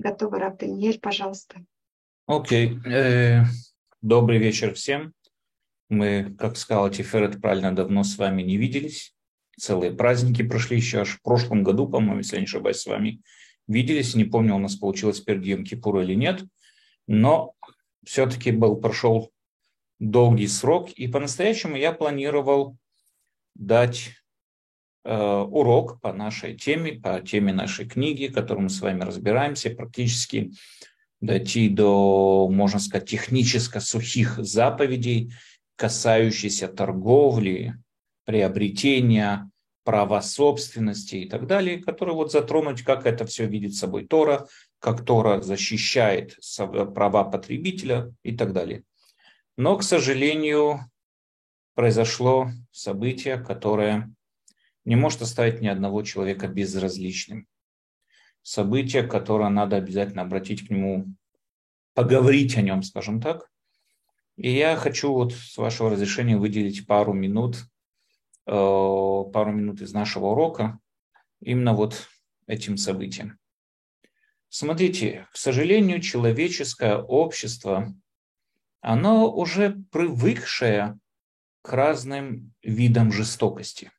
Готовы, раб Даниэль, пожалуйста. Окей. Добрый вечер всем. Мы, как сказал Тиферет, правильно давно с вами не виделись. Целые праздники прошли еще аж в прошлом году, по-моему, если я не ошибаюсь, с вами виделись. Не помню, у нас получилось перед Йом-Кипур или нет. Но все-таки прошел долгий срок. И по-настоящему я планировал дать урок по нашей теме, по теме нашей книги, которую мы с вами разбираемся, практически дойти до, можно сказать, технически сухих заповедей, касающихся торговли, приобретения, права собственности и так далее, которые вот затронуть, как это все видит собой Тора, как Тора защищает права потребителя и так далее. Но, к сожалению, произошло событие, которое не может оставить ни одного человека безразличным. Событие, которое надо обязательно обратить к нему, поговорить о нем, скажем так. И я хочу вот с вашего разрешения выделить пару минут из нашего урока именно вот этим событием. Смотрите, к сожалению, человеческое общество, оно уже привыкшее к разным видам жестокости.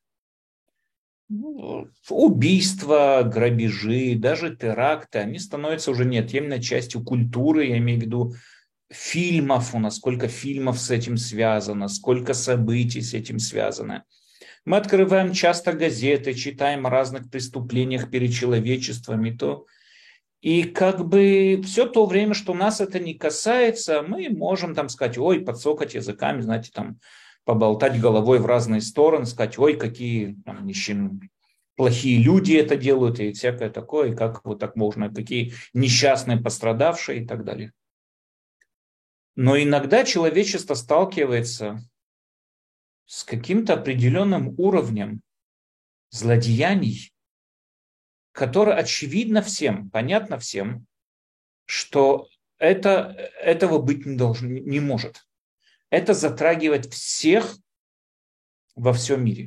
Убийства, грабежи, даже теракты, они становятся уже неотъемлемой частью культуры, я имею в виду фильмов, у нас сколько фильмов с этим связано, сколько событий с этим связано. Мы открываем часто газеты, читаем о разных преступлениях перед человечеством, и как бы все то время, что нас это не касается, мы можем там сказать, ой, подсокать языками, знаете, там поболтать головой в разные стороны, сказать, ой, какие там, плохие люди это делают и всякое такое, и как вот так можно, какие несчастные пострадавшие и так далее. Но иногда человечество сталкивается с каким-то определенным уровнем злодеяний, которое очевидно всем, понятно всем, что этого быть не может. Это затрагивает всех во всем мире.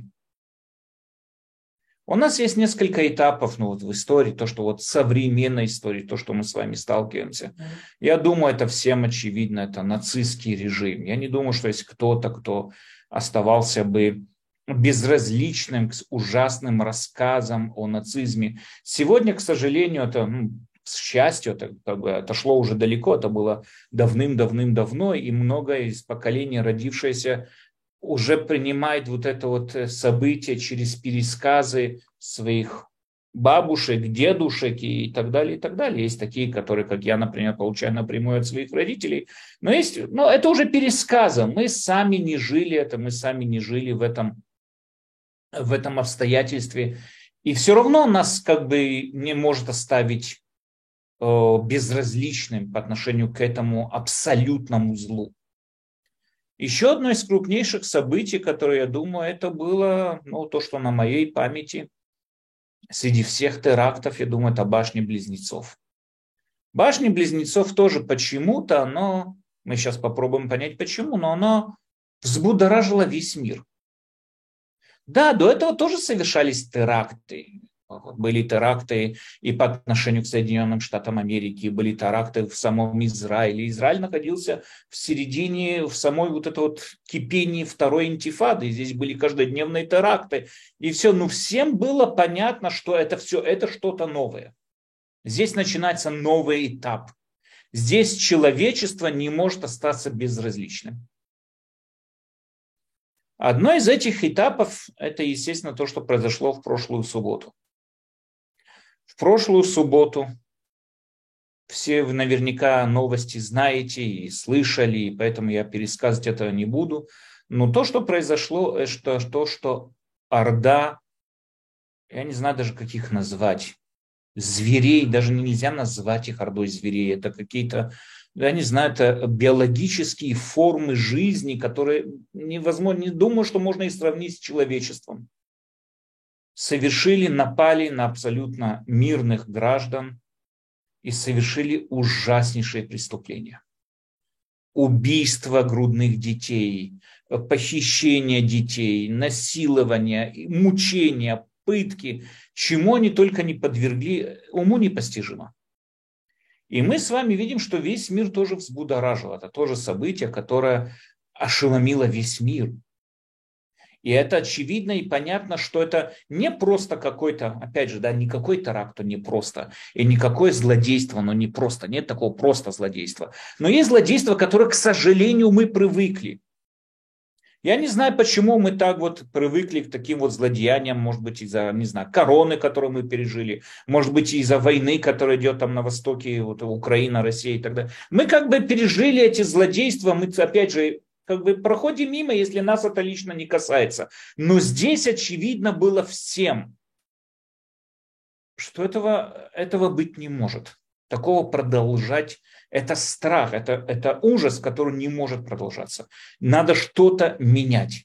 У нас есть несколько этапов в истории, то, что вот современной истории, то, что мы с вами сталкиваемся. Я думаю, это всем очевидно, это нацистский режим. Я не думаю, что есть кто-то, кто оставался бы безразличным к ужасным рассказам о нацизме. Сегодня, к сожалению, это, к счастью, это как бы отошло уже далеко, это было давным-давным-давно, и многое из поколения, родившееся, уже принимает вот это вот событие через пересказы своих бабушек, дедушек и так далее, и так далее. Есть такие, которые, как я, например, получаю напрямую от своих родителей. Но это уже пересказы. Мы сами не жили это, мы сами не жили в этом обстоятельстве. И все равно нас как бы не может оставить безразличным по отношению к этому абсолютному злу. Еще одно из крупнейших событий, которое, я думаю, это было то, что на моей памяти среди всех терактов, я думаю, это башни-близнецов. Башни-близнецов тоже почему-то, мы сейчас попробуем понять почему, но оно взбудоражило весь мир. Да, до этого тоже совершались теракты. Были теракты и по отношению к Соединенным Штатам Америки, были теракты в самом Израиле. Израиль находился в середине, в самой вот это вот кипении второй интифады. Здесь были каждодневные теракты. И все, всем было понятно, что это все, это что-то новое. Здесь начинается новый этап. Здесь человечество не может остаться безразличным. Одно из этих этапов – это, естественно, то, что произошло в прошлую субботу. В прошлую субботу все вы наверняка новости знаете и слышали, и поэтому я пересказывать этого не буду. Но то, что произошло, это то, что орда, я не знаю даже, как их назвать, зверей, даже нельзя назвать их ордой зверей, это какие-то, я не знаю, это биологические формы жизни, которые невозможно, не думаю, что можно их сравнить с человечеством. Напали на абсолютно мирных граждан и совершили ужаснейшие преступления. Убийство грудных детей, похищение детей, насилование, мучения, пытки, чему они только не подвергли, уму непостижимо. И мы с вами видим, что весь мир тоже взбудоражил. Это тоже событие, которое ошеломило весь мир. И это очевидно и понятно, что это не просто какой-то, опять же, да, не какой теракт, не просто, и никакое злодейство, но не просто, нет такого просто злодейства. Но есть злодейство, которое, к сожалению, мы привыкли. Я не знаю, почему мы так вот привыкли к таким вот злодеяниям, может быть, из-за, не знаю, короны, которую мы пережили, может быть, из-за войны, которая идет там на востоке, вот Украина, Россия и так далее. Мы как бы пережили эти злодейства, мы, опять же, как бы проходим мимо, если нас это лично не касается. Но здесь очевидно было всем, что этого быть не может. Такого продолжать. Это страх, это ужас, который не может продолжаться. Надо что-то менять.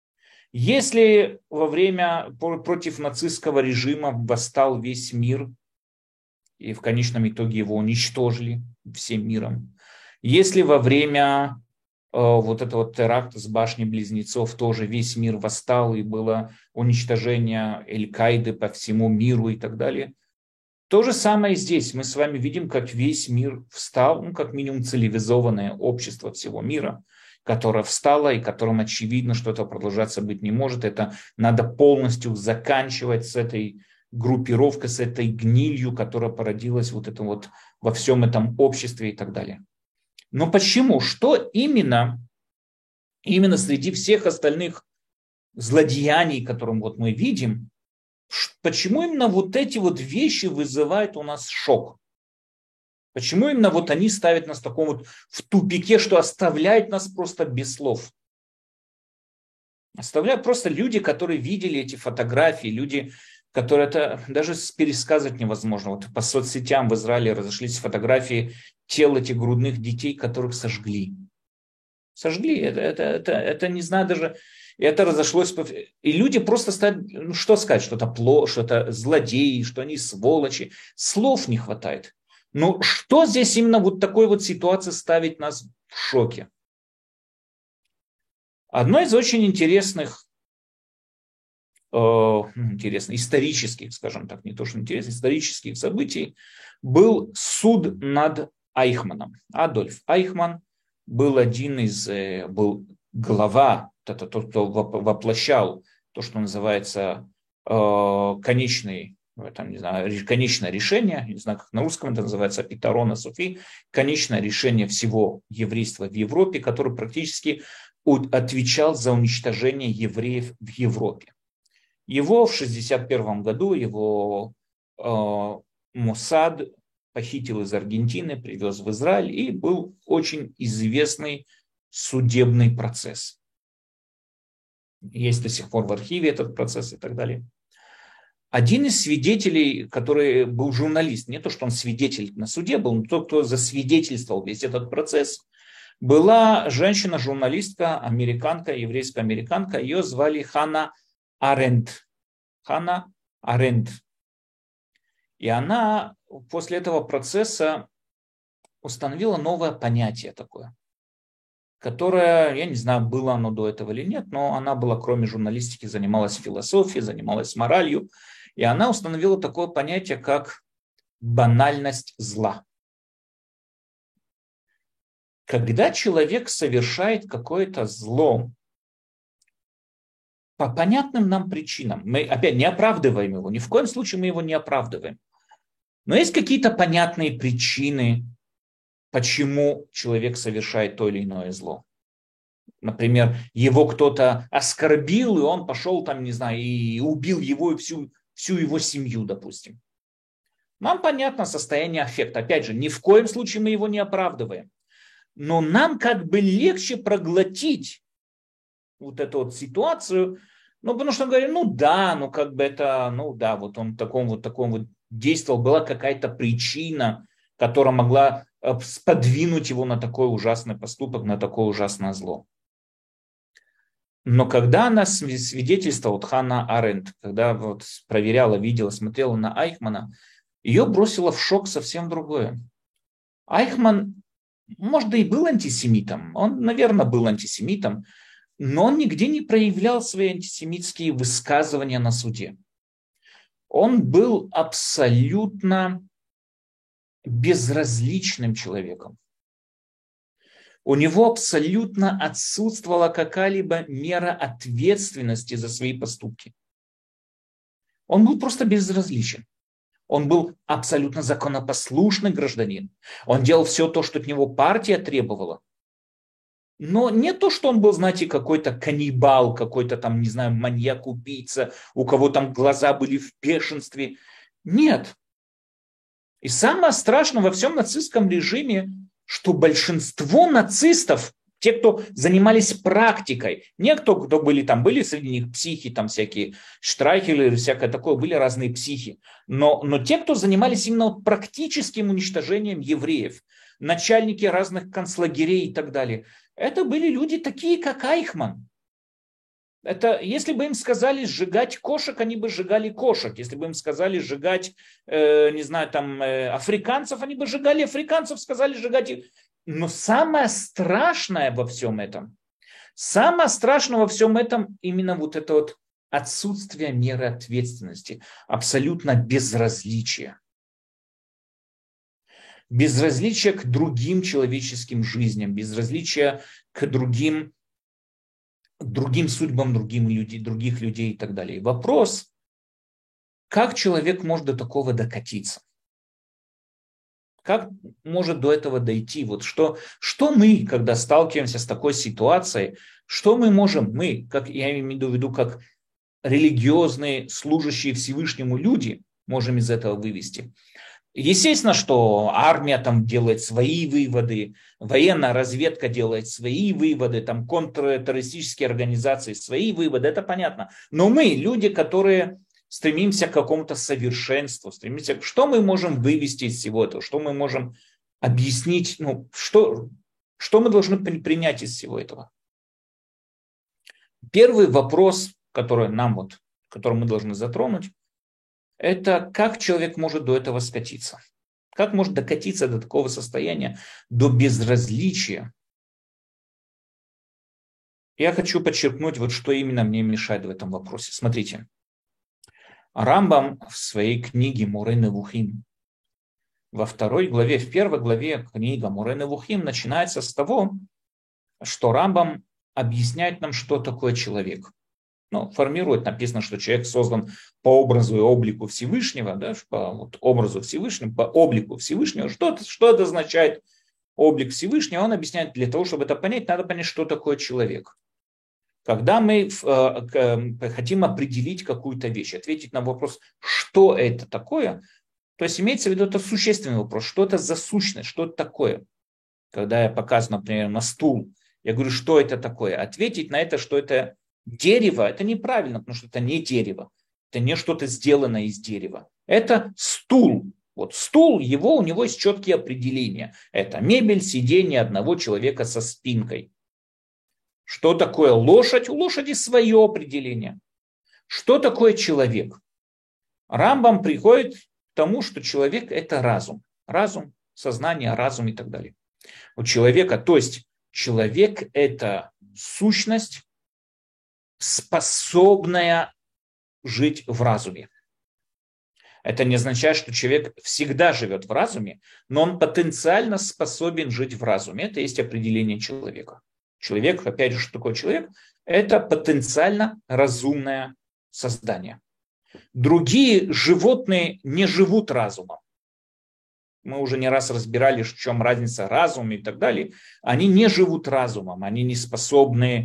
Если во время против нацистского режима восстал весь мир, и в конечном итоге его уничтожили всем миром, если во время вот этого теракта с башней Близнецов тоже весь мир восстал и было уничтожение Эль-Каиды по всему миру и так далее, то же самое здесь. Мы с вами видим, как весь мир встал, ну, как минимум цивилизованное общество всего мира, которое встало и которым очевидно, что это продолжаться быть не может. Это надо полностью заканчивать с этой группировкой, с этой гнилью, которая породилась вот это вот во всем этом обществе и так далее. Но почему? Что именно среди всех остальных злодеяний, которые вот мы видим, почему именно вот эти вот вещи вызывают у нас шок? Почему именно вот они ставят нас в таком вот в тупике, что оставляют нас просто без слов? Оставляют просто люди, которые видели эти фотографии, люди, которые это даже пересказывать невозможно. Вот по соцсетям в Израиле разошлись фотографии тел этих грудных детей, которых сожгли. Сожгли. Это не знаю даже. Это разошлось. И люди просто стали, ну, что сказать, что это плохо, что это злодеи, что они сволочи. Слов не хватает. Но что здесь именно вот такой вот ситуации ставит нас в шоке? Одно из очень интересных, исторических, скажем так, не то что интересных, исторических событий был суд над Айхманом. Адольф Айхман был был глава, это тот, кто воплощал то, что называется конечное решение, не знаю, как на русском это называется, Питарона Софи, конечное решение всего еврейства в Европе, который практически отвечал за уничтожение евреев в Европе. Его в 1961 году, его Моссад похитил из Аргентины, привез в Израиль, и был очень известный судебный процесс. Есть до сих пор в архиве этот процесс и так далее. Один из свидетелей, который был журналист, не то, что он свидетель на суде был, но тот, кто засвидетельствовал весь этот процесс, была женщина-журналистка, американка, еврейская американка, ее звали Ханна Аренд. Ханна Аренд. И она после этого процесса установила новое понятие такое, которое, я не знаю, было оно до этого или нет, но она была, кроме журналистики, занималась философией, занималась моралью, и она установила такое понятие, как банальность зла. Когда человек совершает какое-то зло по понятным нам причинам, мы опять не оправдываем его, ни в коем случае мы его не оправдываем, но есть какие-то понятные причины, почему человек совершает то или иное зло. Например, его кто-то оскорбил, и он пошел там, не знаю, и убил его и всю его семью, допустим. Нам понятно состояние аффекта. Опять же, ни в коем случае мы его не оправдываем. Но нам как бы легче проглотить вот эту вот ситуацию, ну, потому что говорим, вот он таком вот действовал, была какая-то причина, которая могла сподвинуть его на такой ужасный поступок, на такое ужасное зло. Но когда она свидетельствовала, вот Ханна Аренд, когда вот проверяла, видела, смотрела на Айхмана, ее бросило в шок совсем другое. Айхман, может, и был антисемитом, он, наверное, был антисемитом, но он нигде не проявлял свои антисемитские высказывания на суде. Он был абсолютно безразличным человеком. У него абсолютно отсутствовала какая-либо мера ответственности за свои поступки. Он был просто безразличен. Он был абсолютно законопослушный гражданин. Он делал все то, что от него партия требовала. Но не то, что он был, знаете, какой-то каннибал, какой-то там, не знаю, маньяк-убийца, у кого там глаза были в бешенстве. Нет. И самое страшное во всем нацистском режиме, что большинство нацистов, те, кто занимались практикой, не кто были там, были среди них психи, там всякие Штрайхеры, всякое такое, были разные психи, но те, кто занимались именно практическим уничтожением евреев, начальники разных концлагерей и так далее, это были люди такие, как Айхман. Это, если бы им сказали сжигать кошек, они бы сжигали кошек. Если бы им сказали сжигать, не знаю, там, африканцев, они бы сжигали африканцев, сказали сжигать их. Но самое страшное во всем этом, именно вот это вот отсутствие меры ответственности, абсолютно безразличие. Безразличие к другим человеческим жизням, безразличие к другим судьбам других людей и так далее. И вопрос, как человек может до такого докатиться? Как может до этого дойти? Вот что мы, когда сталкиваемся с такой ситуацией, что мы можем, как я имею в виду, как религиозные, служащие Всевышнему люди, можем из этого вывести? Естественно, что армия там делает свои выводы, военная разведка делает свои выводы, там контртеррористические организации свои выводы, это понятно. Но мы, люди, которые стремимся к какому-то совершенству, что мы можем вывести из всего этого, что мы можем объяснить, что мы должны принять из всего этого. Первый вопрос, который мы должны затронуть, это как человек может до этого скатиться. Как может докатиться до такого состояния, до безразличия. Я хочу подчеркнуть, вот что именно мне мешает в этом вопросе. Смотрите. Рамбам в своей книге Море Невухим, в первой главе книга Море Невухим начинается с того, что Рамбам объясняет нам, что такое человек. Формирует, написано, что человек создан по образу и облику Всевышнего, да, по образу Всевышнего, по облику Всевышнего. Что это означает облик Всевышнего? Он объясняет, для того, чтобы это понять, надо понять, что такое человек. Когда мы хотим определить какую-то вещь, ответить на вопрос, что это такое, то есть имеется в виду, это существенный вопрос, что это за сущность, что это такое. Когда я показываю, например, на стул, я говорю, что это такое. Ответить на это, что это дерево, это неправильно, потому что это не дерево. Это не что-то сделанное из дерева. Это стул. Вот стул, у него есть четкие определения. Это мебель, сиденье одного человека со спинкой. Что такое лошадь? У лошади свое определение. Что такое человек? Рамбам приходит к тому, что человек – это разум. Разум, сознание, разум и так далее. У человека, то есть человек – это сущность, способная жить в разуме. Это не означает, что человек всегда живет в разуме, но он потенциально способен жить в разуме. Это есть определение человека. Человек, опять же, что такое человек? Это потенциально разумное создание. Другие животные не живут разумом. Мы уже не раз разбирали, в чем разница разума и так далее. Они не живут разумом, они не способны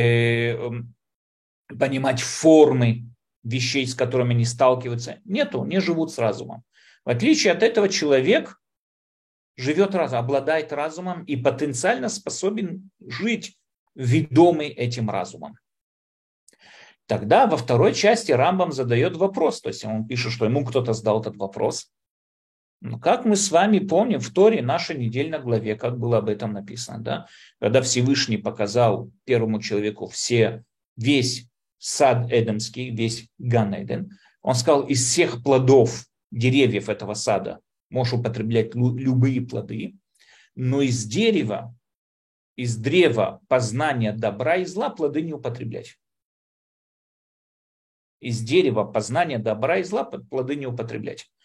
понимать формы вещей, с которыми они сталкиваются. Не живут с разумом. В отличие от этого человек живет разумом, обладает разумом и потенциально способен жить ведомый этим разумом. Тогда во второй части Рамбам задает вопрос, то есть он пишет, что ему кто-то задал этот вопрос. Но как мы с вами помним в Торе, нашей недельной главе, как было об этом написано, да? Когда Всевышний показал первому человеку весь сад Эдемский, весь Ган-Эден, он сказал, из всех плодов деревьев этого сада можешь употреблять любые плоды, но из древа познания добра и зла плоды не употреблять. Из дерева познания добра и зла плоды не употреблять.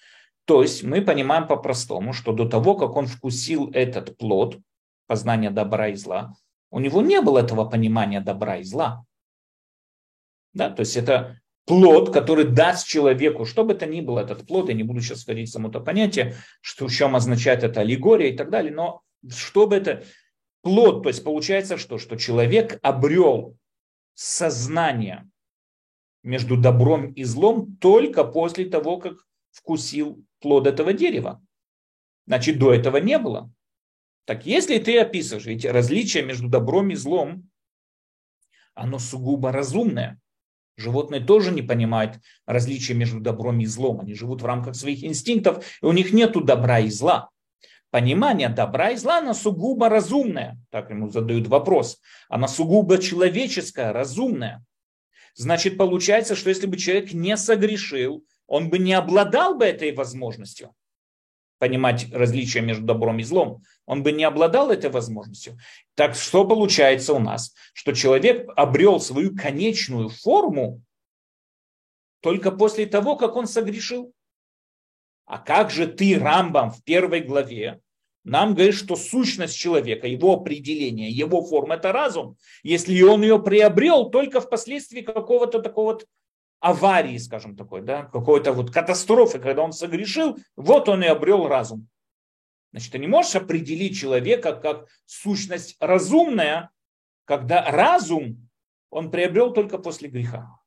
То есть мы понимаем по-простому, что до того, как он вкусил этот плод, познания добра и зла, у него не было этого понимания добра и зла. Да? То есть это плод, который даст человеку, что бы это ни было этот плод, я не буду сейчас говорить само это понятие, что в чем означает это аллегория и так далее, но что бы это плод, то есть получается что человек обрел сознание между добром и злом только после того, как вкусил плод этого дерева. Значит, до этого не было. Так если ты описываешь, ведь различие между добром и злом, оно сугубо разумное. Животные тоже не понимают различия между добром и злом. Они живут в рамках своих инстинктов, и у них нет добра и зла. Понимание добра и зла, оно сугубо разумное. Так ему задают вопрос. Оно сугубо человеческое, разумное. Значит, получается, что если бы человек не согрешил, он бы не обладал бы этой возможностью понимать различия между добром и злом. Он бы не обладал этой возможностью. Так что получается у нас? Что человек обрел свою конечную форму только после того, как он согрешил. А как же ты, Рамбам, в первой главе нам говоришь, что сущность человека, его определение, его форма – это разум. Если он ее приобрел только впоследствии какого-то такого вот аварии, скажем такой, да, какой-то вот катастрофы, когда он согрешил, вот он и обрел разум. Значит, ты не можешь определить человека как сущность разумная, когда разум он приобрел только после греха.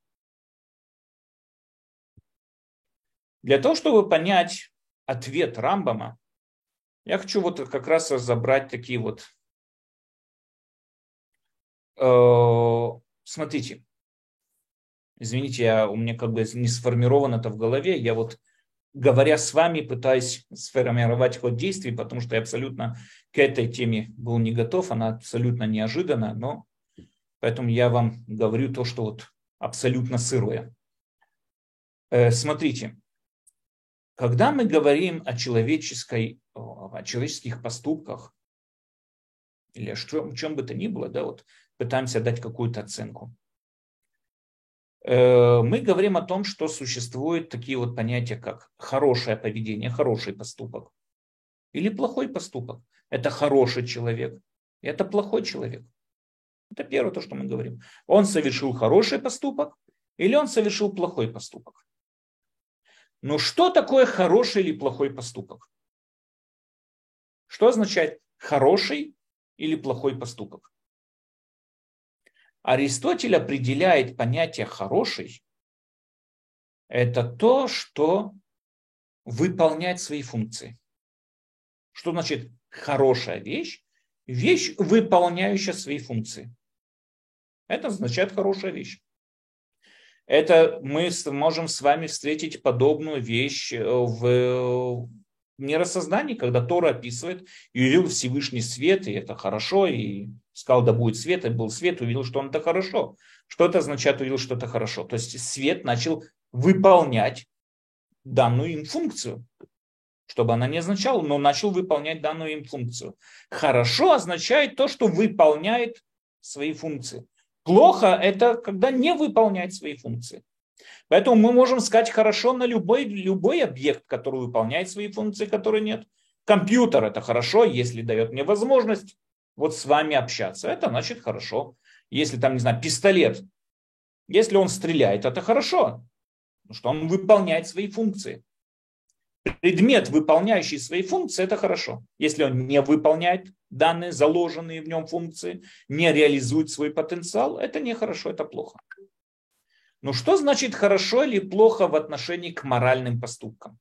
Для того, чтобы понять ответ Рамбама, я хочу вот как раз разобрать такие вот. Смотрите. Извините, у меня как бы не сформировано это в голове. Я вот, говоря с вами, пытаюсь сформировать ход действий, потому что я абсолютно к этой теме был не готов. Она абсолютно неожиданна, но поэтому я вам говорю то, что вот абсолютно сырое. Смотрите, когда мы говорим о человеческих поступках, или о чем бы то ни было, да, вот пытаемся дать какую-то оценку, мы говорим о том, что существуют такие вот понятия, как хорошее поведение, хороший поступок или плохой поступок. Это хороший человек, и это плохой человек. Это первое, то, что мы говорим. Он совершил хороший поступок или он совершил плохой поступок. Но что такое хороший или плохой поступок? Что означает хороший или плохой поступок? Аристотель определяет понятие «хороший» – это то, что выполняет свои функции. Что значит хорошая вещь? Вещь, выполняющая свои функции. Это означает хорошая вещь. Это мы можем с вами встретить подобную вещь в миросоздании, когда Тора описывает, и увидел Всевышний свет, и это хорошо, и сказал, да будет свет, и был свет, увидел, что он это хорошо. Что это означает, увидел, что это хорошо? То есть свет начал выполнять данную им функцию, чтобы она не означала, но начал выполнять данную им функцию. Хорошо означает то, что выполняет свои функции. Плохо – это когда не выполняет свои функции. Поэтому мы можем сказать хорошо на любой объект, который выполняет свои функции, который нет. Компьютер – это хорошо, если дает мне возможность вот с вами общаться. Это значит хорошо. Если там, не знаю, пистолет, если он стреляет, это хорошо, потому что он выполняет свои функции. Предмет, выполняющий свои функции, это хорошо. Если он не выполняет данные, заложенные в нем функции, не реализует свой потенциал, это не хорошо, это плохо. Но что значит хорошо или плохо в отношении к моральным поступкам?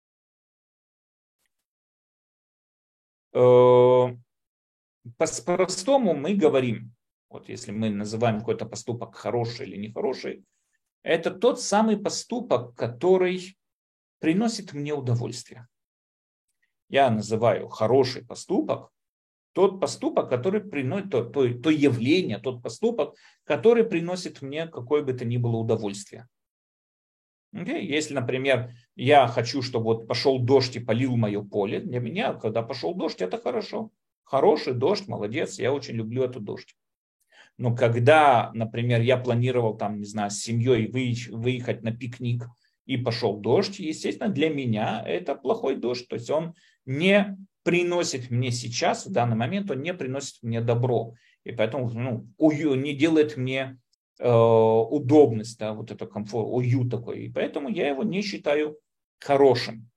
По-простому мы говорим, вот если мы называем какой-то поступок хороший или нехороший, это тот самый поступок, который приносит мне удовольствие. Я называю хороший поступок тот поступок, который приносит, то явление, тот поступок, который приносит мне какое бы то ни было удовольствие. Okay? Если, например, я хочу, чтобы вот пошел дождь и полил мое поле, для меня, когда пошел дождь, это хорошо. Хороший дождь, молодец, я очень люблю этот дождь. Но когда, например, я планировал там, не знаю, с семьей выехать на пикник, и пошел дождь, естественно, для меня это плохой дождь. То есть он не приносит мне сейчас, в данный момент, он не приносит мне добро. И поэтому не делает мне удобность, да, вот это комфорт, уют такой. И поэтому я его не считаю хорошим.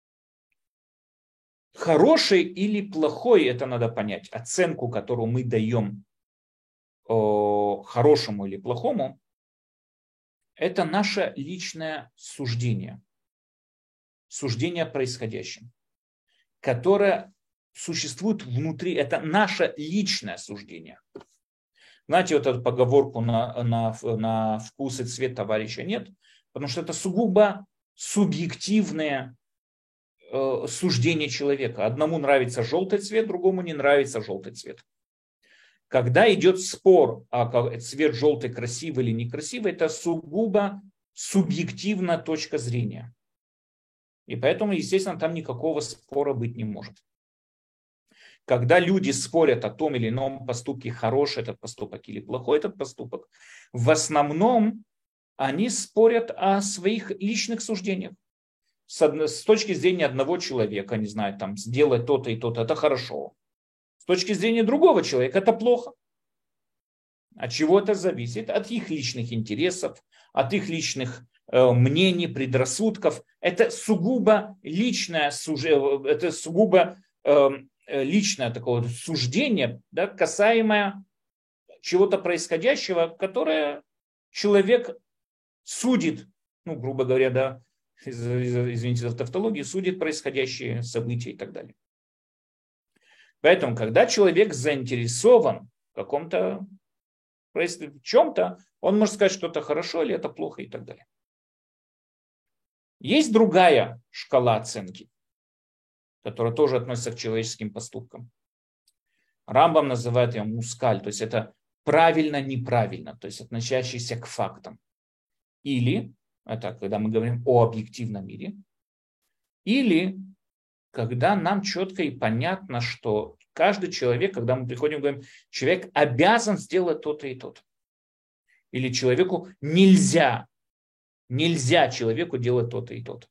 Хороший или плохой, это надо понять. Оценку, которую мы даем хорошему или плохому, это наше личное суждение. Суждение о происходящем, которое существует внутри. Это наше личное суждение. Знаете, вот эту поговорку на вкус и цвет товарища нет, потому что это сугубо субъективное суждение человека. Одному нравится желтый цвет, другому не нравится желтый цвет. Когда идет спор, а цвет желтый красивый или некрасивый, это сугубо субъективная точка зрения. И поэтому, естественно, там никакого спора быть не может. Когда люди спорят о том или ином поступке, хороший этот поступок или плохой этот поступок, в основном они спорят о своих личных суждениях. С точки зрения одного человека, не знаю, там, сделать то-то и то-то, это хорошо. С точки зрения другого человека, это плохо. От чего это зависит? От их личных интересов, от их личных мнений, предрассудков. Это сугубо личное личное такое суждение, да, касаемое чего-то происходящего, которое человек судит, грубо говоря, да, извините за тавтологию, судит происходящие события и так далее. Поэтому, когда человек заинтересован в каком-то в чем-то, он может сказать, что это хорошо или это плохо и так далее. Есть другая шкала оценки, которая тоже относится к человеческим поступкам. Рамбам называет ее мускаль, то есть это правильно-неправильно, то есть относящийся к фактам. Или, это когда мы говорим о объективном мире, или когда нам четко и понятно, что каждый человек, когда мы приходим и говорим, человек обязан сделать то-то и то-то. Или человеку нельзя человеку делать то-то и то-то.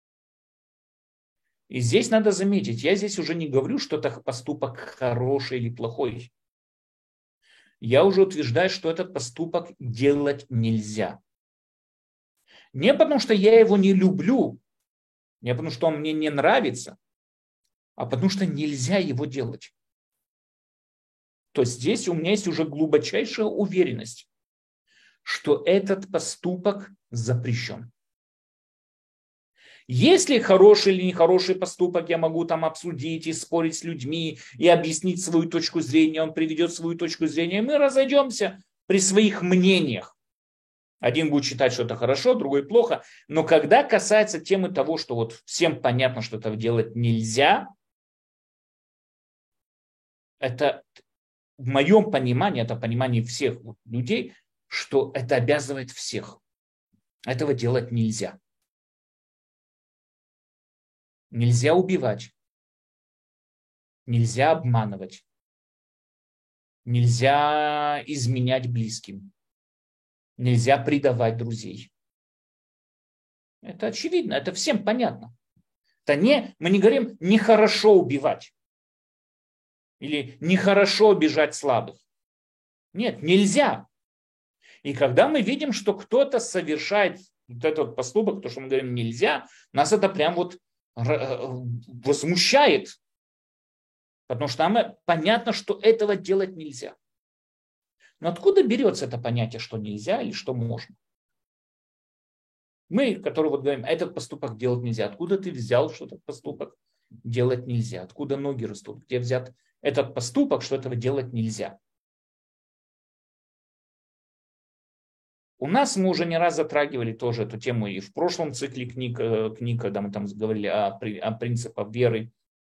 И здесь надо заметить, я здесь уже не говорю, что это поступок хороший или плохой. Я уже утверждаю, что этот поступок делать нельзя. Не потому, что я его не люблю, не потому, что он мне не нравится, а потому, что нельзя его делать. То есть здесь у меня есть уже глубочайшая уверенность, что этот поступок запрещен. Если хороший или нехороший поступок, я могу там обсудить и спорить с людьми, и объяснить свою точку зрения, он приведет свою точку зрения, и мы разойдемся при своих мнениях. Один будет считать, что это хорошо, другой плохо. Но когда касается темы того, что вот всем понятно, что это делать нельзя, это в моем понимании, это понимание всех людей, что это обязывает всех. Этого делать нельзя. Нельзя убивать. Нельзя обманывать. Нельзя изменять близким. Нельзя предавать друзей. Это очевидно, это всем понятно. Мы не говорим нехорошо убивать. Или нехорошо обижать слабых. Нет, нельзя. И когда мы видим, что кто-то совершает вот этот поступок, то, что мы говорим нельзя, нас это прям вот возмущает. Потому что нам понятно, что этого делать нельзя. Но откуда берется это понятие, что нельзя или что можно? Мы, которые вот говорим, этот поступок делать нельзя. Откуда ты взял, что этот поступок делать нельзя? Откуда ноги растут? Где взят этот поступок, что этого делать нельзя? У нас мы уже не раз затрагивали тоже эту тему и в прошлом цикле книг, когда мы там говорили о принципах веры.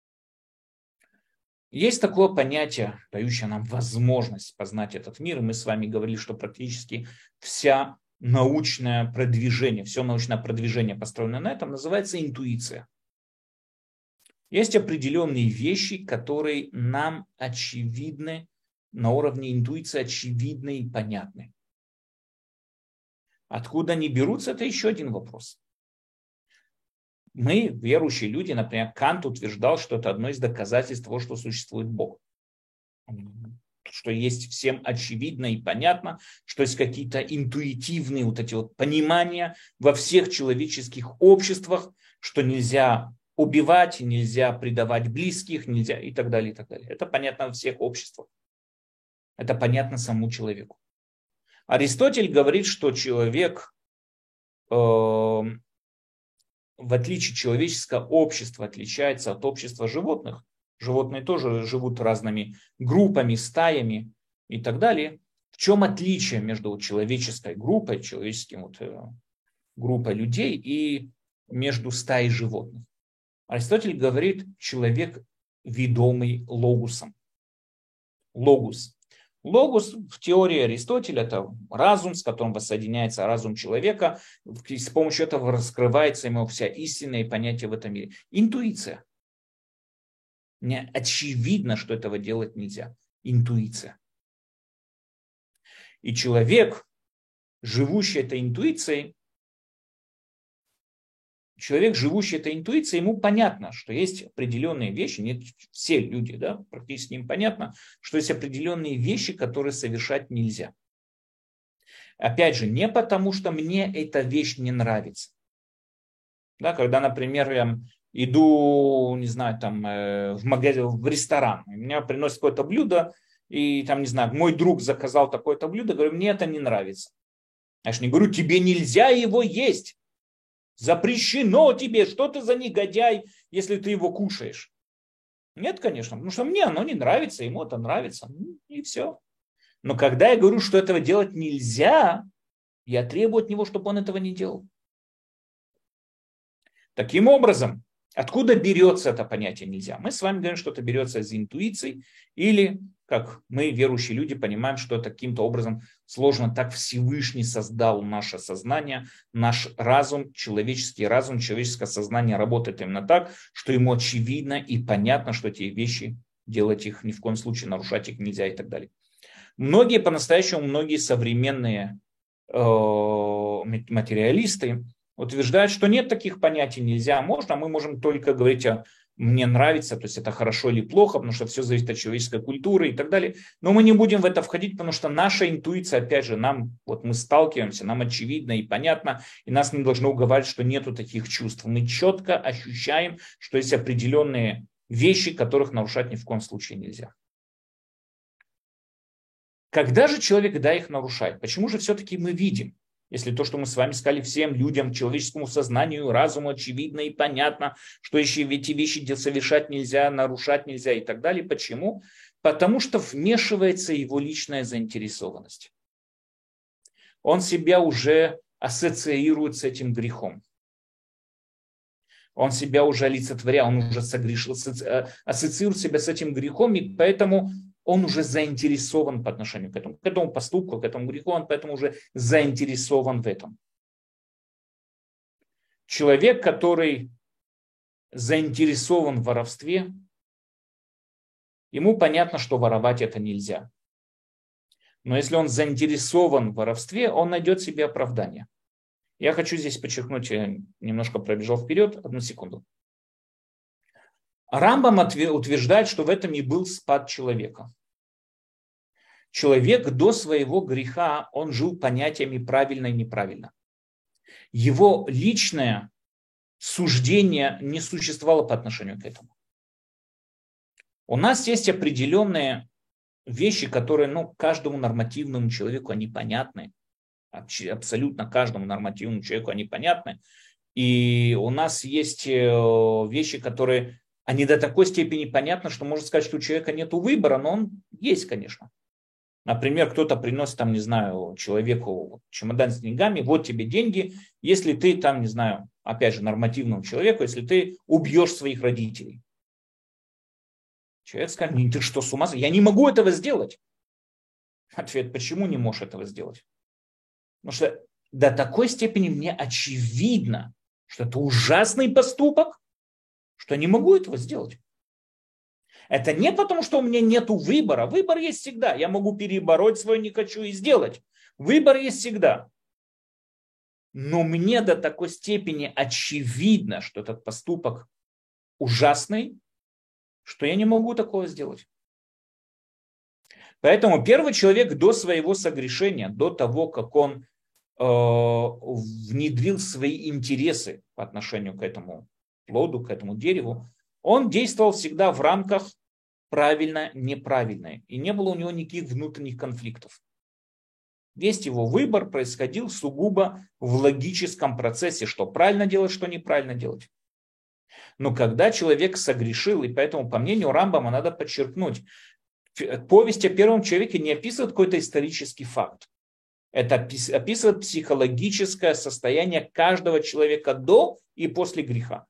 Есть такое понятие, дающее нам возможность познать этот мир. И мы с вами говорили, что практически все научное продвижение построено на этом, называется интуиция. Есть определенные вещи, которые нам очевидны, на уровне интуиции очевидны и понятны. Откуда они берутся, это еще один вопрос. Мы, верующие люди, например, Кант утверждал, что это одно из доказательств того, что существует Бог. Что есть всем очевидно и понятно, что есть какие-то интуитивные вот эти вот понимания во всех человеческих обществах, что нельзя убивать, нельзя предавать близких, нельзя и так далее, и так далее. Это понятно во всех обществах. Это понятно самому человеку. Аристотель говорит, что человек, в отличие человеческого общества, отличается от общества животных. Животные тоже живут разными группами, стаями и так далее. В чем отличие между человеческой группой, группой людей и между стаей животных? Аристотель говорит, человек ведомый логусом. Логус. Логус в теории Аристотеля это разум, с которым воссоединяется разум человека. С помощью этого раскрывается ему вся истина и понятие в этом мире. Интуиция. Мне очевидно, что этого делать нельзя. Интуиция. И человек, живущий этой интуицией, ему понятно, что есть определенные вещи, нет, все люди, да, практически им понятно, что есть определенные вещи, которые совершать нельзя. Опять же, не потому, что мне эта вещь не нравится. Да, когда, например, я иду, не знаю, там, в магазин, в ресторан, и меня приносят какое-то блюдо, и там, не знаю, мой друг заказал такое-то блюдо, говорю, мне это не нравится. Я же не говорю, тебе нельзя его есть. Запрещено тебе, что ты за негодяй, если ты его кушаешь. Нет, конечно, потому что мне оно не нравится, ему это нравится, и все. Но когда я говорю, что этого делать нельзя, я требую от него, чтобы он этого не делал. Таким образом, откуда берется это понятие нельзя? Мы с вами говорим, что это берется из интуиции, или, как мы, верующие люди, понимаем, что это каким-то образом сложно, так Всевышний создал наше сознание, наш разум, человеческое сознание работает именно так, что ему очевидно и понятно, что эти вещи, делать их ни в коем случае, нарушать их нельзя и так далее. Многие современные материалисты утверждают, что нет таких понятий нельзя, можно, мы можем только говорить о мне нравится, то есть это хорошо или плохо, потому что все зависит от человеческой культуры и так далее. Но мы не будем в это входить, потому что наша интуиция, опять же, мы сталкиваемся, нам очевидно и понятно, и нас не должно уговаривать, что нету таких чувств. Мы четко ощущаем, что есть определенные вещи, которых нарушать ни в коем случае нельзя. Когда же человек, их нарушает? Почему же все-таки мы видим? Если то, что мы с вами сказали всем людям, человеческому сознанию, разуму очевидно и понятно, что эти вещи совершать нельзя, нарушать нельзя и так далее. Почему? Потому что вмешивается его личная заинтересованность. Он себя уже ассоциирует с этим грехом. Он себя уже олицетворяет, он уже согрешил, ассоциирует себя с этим грехом, и поэтому он уже заинтересован по отношению к этому поступку, к этому греху, он поэтому уже заинтересован в этом. Человек, который заинтересован в воровстве, ему понятно, что воровать это нельзя. Но если он заинтересован в воровстве, он найдет себе оправдание. Я хочу здесь подчеркнуть, я немножко пробежал вперед, 1 секунду. Рамбам утверждает, что в этом и был спад человека. Человек до своего греха, он жил понятиями правильно и неправильно. Его личное суждение не существовало по отношению к этому. У нас есть определенные вещи, которые каждому нормативному человеку они понятны. Абсолютно каждому нормативному человеку они понятны. И у нас есть вещи, которые они до такой степени понятны, что можно сказать, что у человека нет выбора, но он есть, конечно. Например, кто-то приносит, человеку чемодан с деньгами, вот тебе деньги, если ты опять же, нормативному человеку, если ты убьешь своих родителей. Человек скажет, ты что, с ума сошел? Я не могу этого сделать. Ответ, почему не можешь этого сделать? Потому что до такой степени мне очевидно, что это ужасный поступок, что я не могу этого сделать. Это не потому, что у меня нет выбора. Выбор есть всегда. Я могу перебороть свой «не хочу» и сделать. Выбор есть всегда. но мне до такой степени очевидно, что этот поступок ужасный, что я не могу такого сделать. Поэтому первый человек до своего согрешения, до того, как он внедрил свои интересы по отношению к этому плоду, к этому дереву, он действовал всегда в рамках правильно-неправильное. И не было у него никаких внутренних конфликтов. Весь его выбор происходил сугубо в логическом процессе, что правильно делать, что неправильно делать. Но когда человек согрешил, и поэтому, по мнению Рамбама, надо подчеркнуть, повесть о первом человеке не описывает какой-то исторический факт. Это описывает психологическое состояние каждого человека до и после греха.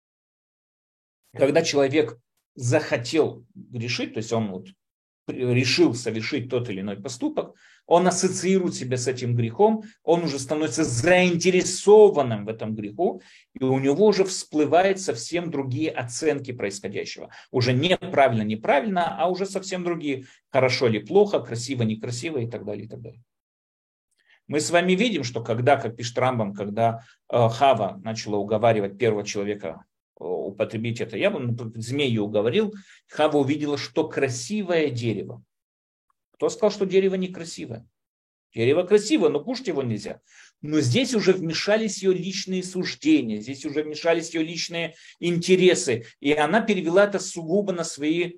Когда человек захотел грешить, то есть он решил совершить тот или иной поступок, он ассоциирует себя с этим грехом, он уже становится заинтересованным в этом греху, и у него уже всплывают совсем другие оценки происходящего. Уже не правильно, неправильно, а уже совсем другие. Хорошо или плохо, красиво, некрасиво и так далее, и так далее. Мы с вами видим, что когда, как пишет Рамбам, когда Хава начала уговаривать первого человека употребить это яблоко, змей ее уговорил, Хава увидела, что красивое дерево. Кто сказал, что дерево некрасивое? Дерево красивое, но кушать его нельзя. Но здесь уже вмешались ее личные суждения, здесь уже вмешались ее личные интересы. И она перевела это сугубо на свои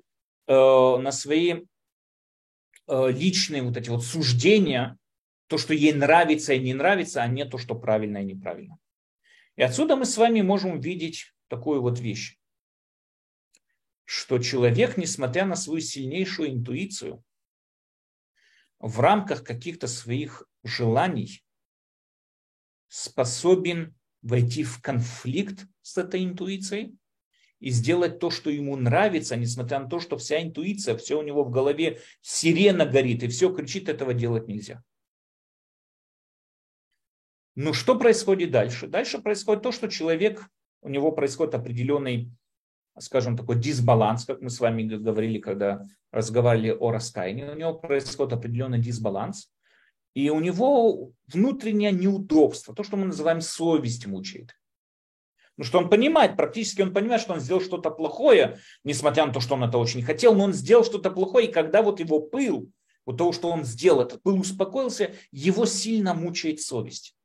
личные вот эти вот суждения, то, что ей нравится и не нравится, а не то, что правильно и неправильно. И отсюда мы с вами можем видеть такую вот вещь, что человек, несмотря на свою сильнейшую интуицию, в рамках каких-то своих желаний способен войти в конфликт с этой интуицией и сделать то, что ему нравится, несмотря на то, что вся интуиция, все у него в голове сирена горит и все кричит, этого делать нельзя. Но что происходит дальше? Дальше происходит то, что человек, у него происходит определенный, скажем, такой дисбаланс, как мы с вами говорили, когда разговаривали о раскаянии. У него происходит определенный дисбаланс, и у него внутреннее неудобство, то, что мы называем совесть мучает. Ну, что он понимает, практически он понимает, что он сделал что-то плохое, несмотря на то, что он это очень хотел, но он сделал что-то плохое, и когда вот его пыл, вот того, что он сделал, этот пыл успокоился, его сильно мучает совесть.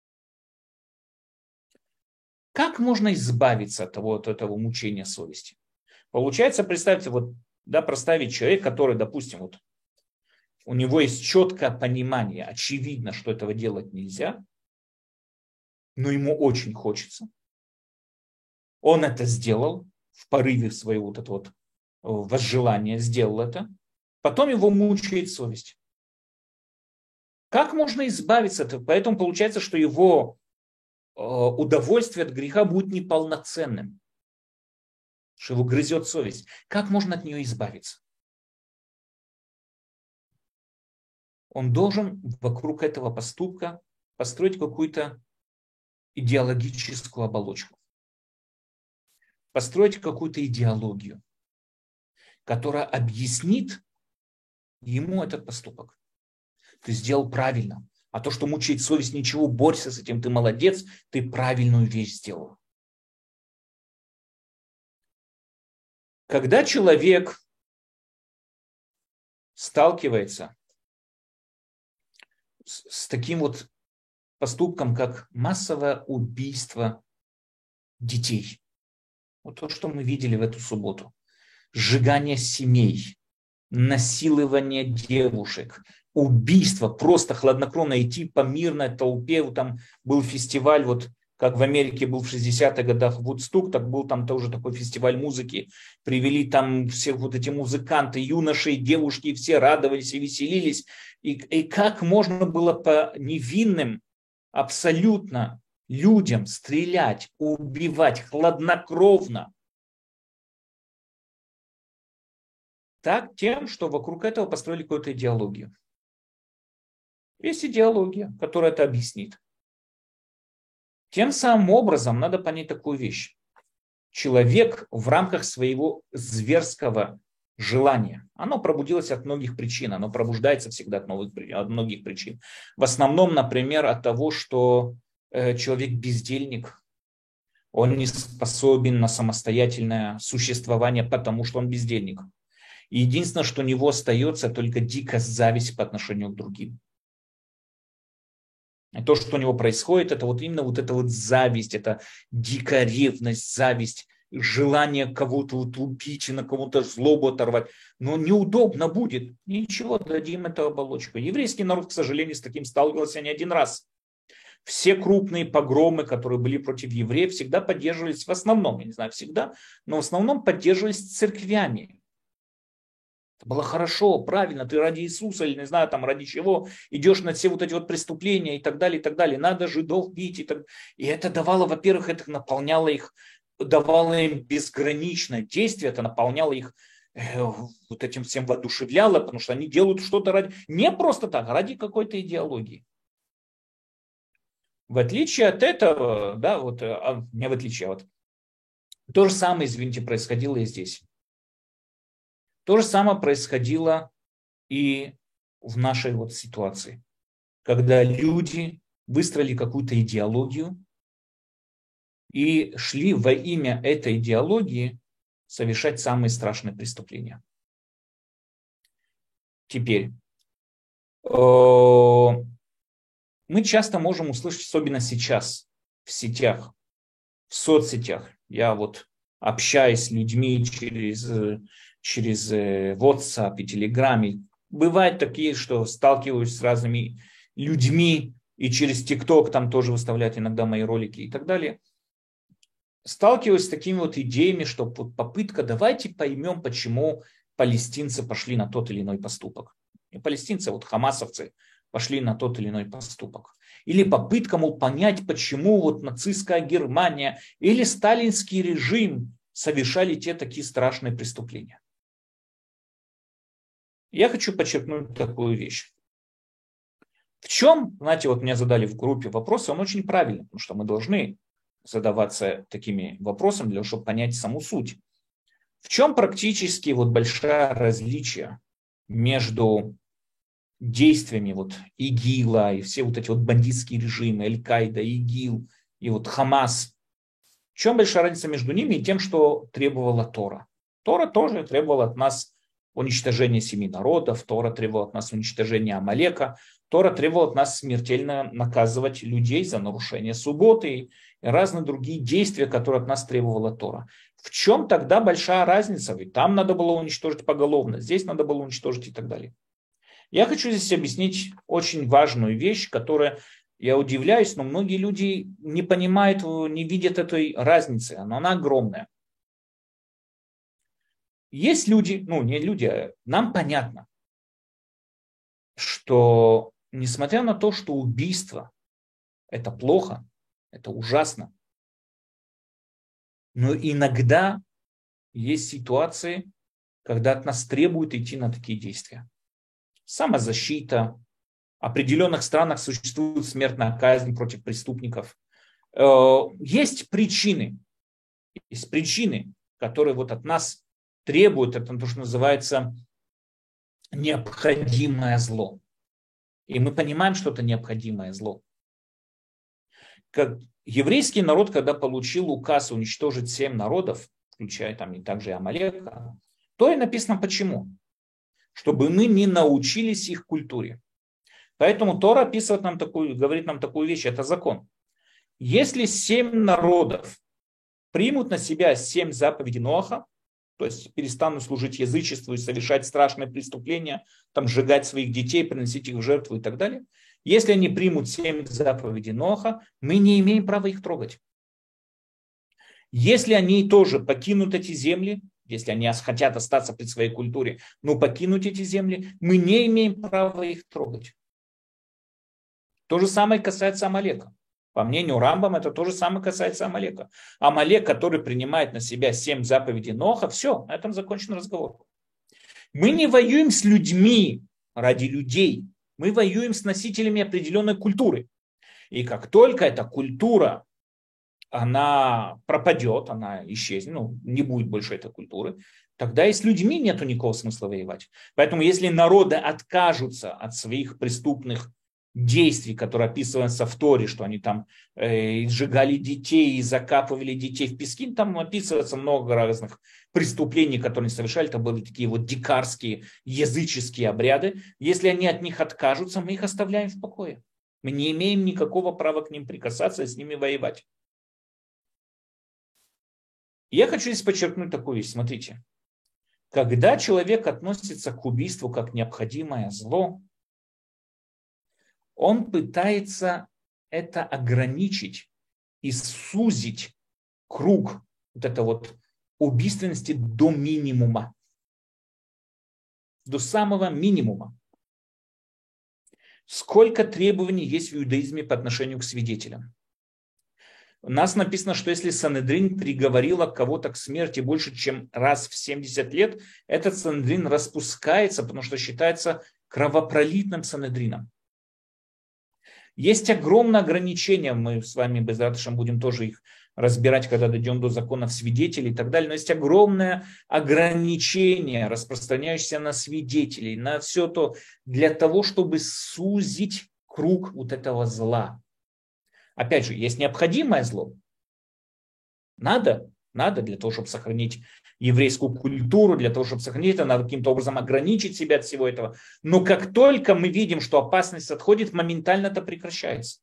Как можно избавиться от этого мучения совести? Получается, представьте, проставить человека, который, допустим, у него есть четкое понимание, очевидно, что этого делать нельзя, но ему очень хочется. Он это сделал в порыве своего возжелания, сделал это. Потом его мучает совесть. Как можно избавиться от этого? Поэтому получается, что его удовольствие от греха будет неполноценным, что его грызет совесть. Как можно от нее избавиться? Он должен вокруг этого поступка построить какую-то идеологическую оболочку, построить какую-то идеологию, которая объяснит ему этот поступок. Ты сделал правильно. А то, что мучает совесть, ничего, борься с этим, ты молодец, ты правильную вещь сделал. Когда человек сталкивается с таким вот поступком, как массовое убийство детей, вот то, что мы видели в эту субботу, сжигание семей, насилование девушек, убийство, просто хладнокровно идти по мирной толпе. Там был фестиваль, как в Америке был в 60-х годах Вудсток, так был там тоже такой фестиваль музыки. Привели там все эти музыканты, юноши, девушки, все радовались и веселились. И как можно было по невинным абсолютно людям стрелять, убивать хладнокровно? Так, тем, что вокруг этого построили какую-то идеологию. Есть идеология, которая это объяснит. Тем самым образом надо понять такую вещь. Человек в рамках своего зверского желания, оно пробудилось от многих причин, оно пробуждается всегда от многих причин. В основном, например, от того, что человек бездельник, он не способен на самостоятельное существование, потому что он бездельник. И единственное, что у него остается, только дикая зависть по отношению к другим. И то, что у него происходит, это вот именно вот эта вот зависть, это дикая ревность, зависть, желание кого-то вот убить и на кого-то злобу оторвать. Но неудобно будет. Ничего, дадим эту оболочку. Еврейский народ, к сожалению, с таким сталкивался не один раз. Все крупные погромы, которые были против евреев, всегда поддерживались в основном, я не знаю, всегда, но в основном поддерживались церквями. Это было хорошо, правильно, ты ради Иисуса или не знаю, там ради чего идешь на все вот эти вот преступления и так далее, и так далее. Надо жидов бить. И это давало, во-первых, это наполняло их, давало им безграничное действие, это наполняло их вот этим всем воодушевляло, потому что они делают что-то ради, не просто так, а ради какой-то идеологии. В отличие от этого, да, вот, не в отличие, вот, то же самое, извините, происходило и здесь. То же самое происходило и в нашей вот ситуации, когда люди выстроили какую-то идеологию и шли во имя этой идеологии совершать самые страшные преступления. Теперь, мы часто можем услышать, особенно сейчас, в сетях, в соцсетях. Я вот общаюсь с людьми через WhatsApp и Telegram. Бывают такие, что сталкиваюсь с разными людьми, и через TikTok там тоже выставляют иногда мои ролики и так далее. Сталкиваюсь с такими вот идеями, что попытка, давайте поймем, почему палестинцы пошли на тот или иной поступок. И палестинцы, вот хамасовцы, пошли на тот или иной поступок. Или попытка, мол, понять, почему вот нацистская Германия или сталинский режим совершали те такие страшные преступления. Я хочу подчеркнуть такую вещь. В чем, знаете, вот меня задали в группе вопрос, он очень правильный, потому что мы должны задаваться такими вопросами, для того, чтобы понять саму суть. В чем практически вот большое различие между действиями вот ИГИЛа и все вот эти вот бандитские режимы, Аль-Каида, ИГИЛ и вот Хамас? В чем большая разница между ними и тем, что требовала Тора? Тора тоже требовала от нас уничтожения 7 народов, Тора требовала от нас уничтожения Амалека, Тора требовала от нас смертельно наказывать людей за нарушение субботы и разные другие действия, которые от нас требовала Тора. В чем тогда большая разница? Ведь там надо было уничтожить поголовно, здесь надо было уничтожить и так далее. Я хочу здесь объяснить очень важную вещь, которая, я удивляюсь, но многие люди не понимают, не видят этой разницы, она огромная. Есть люди, ну не люди, а нам понятно, что несмотря на то, что убийство это плохо, это ужасно, но иногда есть ситуации, когда от нас требуют идти на такие действия. Самозащита. В определенных странах существует смертная казнь против преступников. Есть причины, которые вот от нас требуют, это то, что называется необходимое зло. И мы понимаем, что это необходимое зло. Как еврейский народ, когда получил указ уничтожить 7 народов, включая там и также и Амалека, то и написано почему. Чтобы мы не научились их культуре. Поэтому Тора описывает нам говорит нам такую вещь, это закон. Если 7 народов примут на себя 7 заповедей Ноаха, то есть перестанут служить язычеству и совершать страшные преступления, там сжигать своих детей, приносить их в жертву и так далее, если они примут 7 заповедей Ноаха, мы не имеем права их трогать. Если они тоже покинут эти земли, если они хотят остаться при своей культуре, но покинуть эти земли, мы не имеем права их трогать. То же самое касается Амалека. По мнению Рамбама, это то же самое касается Амалека. Амалек, который принимает на себя 7 заповедей Ноха, все, на этом закончен разговор. Мы не воюем с людьми ради людей. Мы воюем с носителями определенной культуры. И как только эта культура, она пропадет, она исчезнет, не будет больше этой культуры, тогда и с людьми нет никакого смысла воевать. Поэтому если народы откажутся от своих преступных действий, которые описываются в Торе, что они там сжигали детей и закапывали детей в пески, там описывается много разных преступлений, которые они совершали, это были такие вот дикарские, языческие обряды. Если они от них откажутся, мы их оставляем в покое. Мы не имеем никакого права к ним прикасаться и с ними воевать. Я хочу здесь подчеркнуть такую вещь. Смотрите. Когда человек относится к убийству как необходимое зло, он пытается это ограничить и сузить круг вот этой вот убийственности до минимума. До самого минимума. Сколько требований есть в иудаизме по отношению к свидетелям? У нас написано, что если Санедрин приговорила кого-то к смерти больше, чем раз в 70 лет, этот Санедрин распускается, потому что считается кровопролитным Санедрином. Есть огромное ограничение, мы с вами без радости будем тоже их разбирать, когда дойдем до законов свидетелей и так далее, но есть огромное ограничение, распространяющееся на свидетелей, на все то, для того, чтобы сузить круг вот этого зла. Опять же, есть необходимое зло. Надо для того, чтобы сохранить еврейскую культуру, для того, чтобы сохранить это, надо каким-то образом ограничить себя от всего этого. Но как только мы видим, что опасность отходит, моментально это прекращается.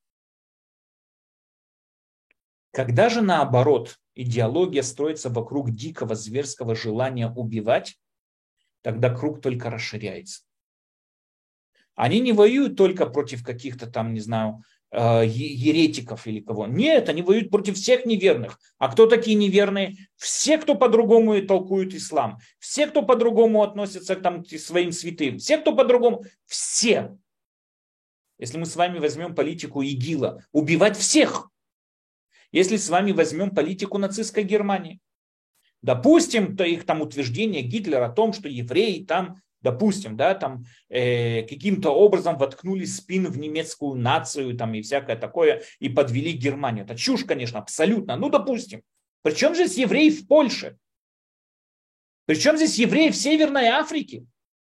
Когда же наоборот идеология строится вокруг дикого зверского желания убивать, тогда круг только расширяется. Они не воюют только против каких-то там, не знаю, еретиков или кого. Нет, они воюют против всех неверных. А кто такие неверные? Все, кто по-другому толкуют ислам. Все, кто по-другому относятся к своим святым. Все, кто по-другому. Все. Если мы с вами возьмем политику ИГИЛа, убивать всех. Если с вами возьмем политику нацистской Германии. Допустим, то их там утверждение Гитлера о том, что евреи там, допустим, да, там каким-то образом воткнули спин в немецкую нацию там, и всякое такое, и подвели Германию. Это чушь, конечно, абсолютно. Ну, допустим. Причем здесь евреи в Польше? Причем здесь евреи в Северной Африке?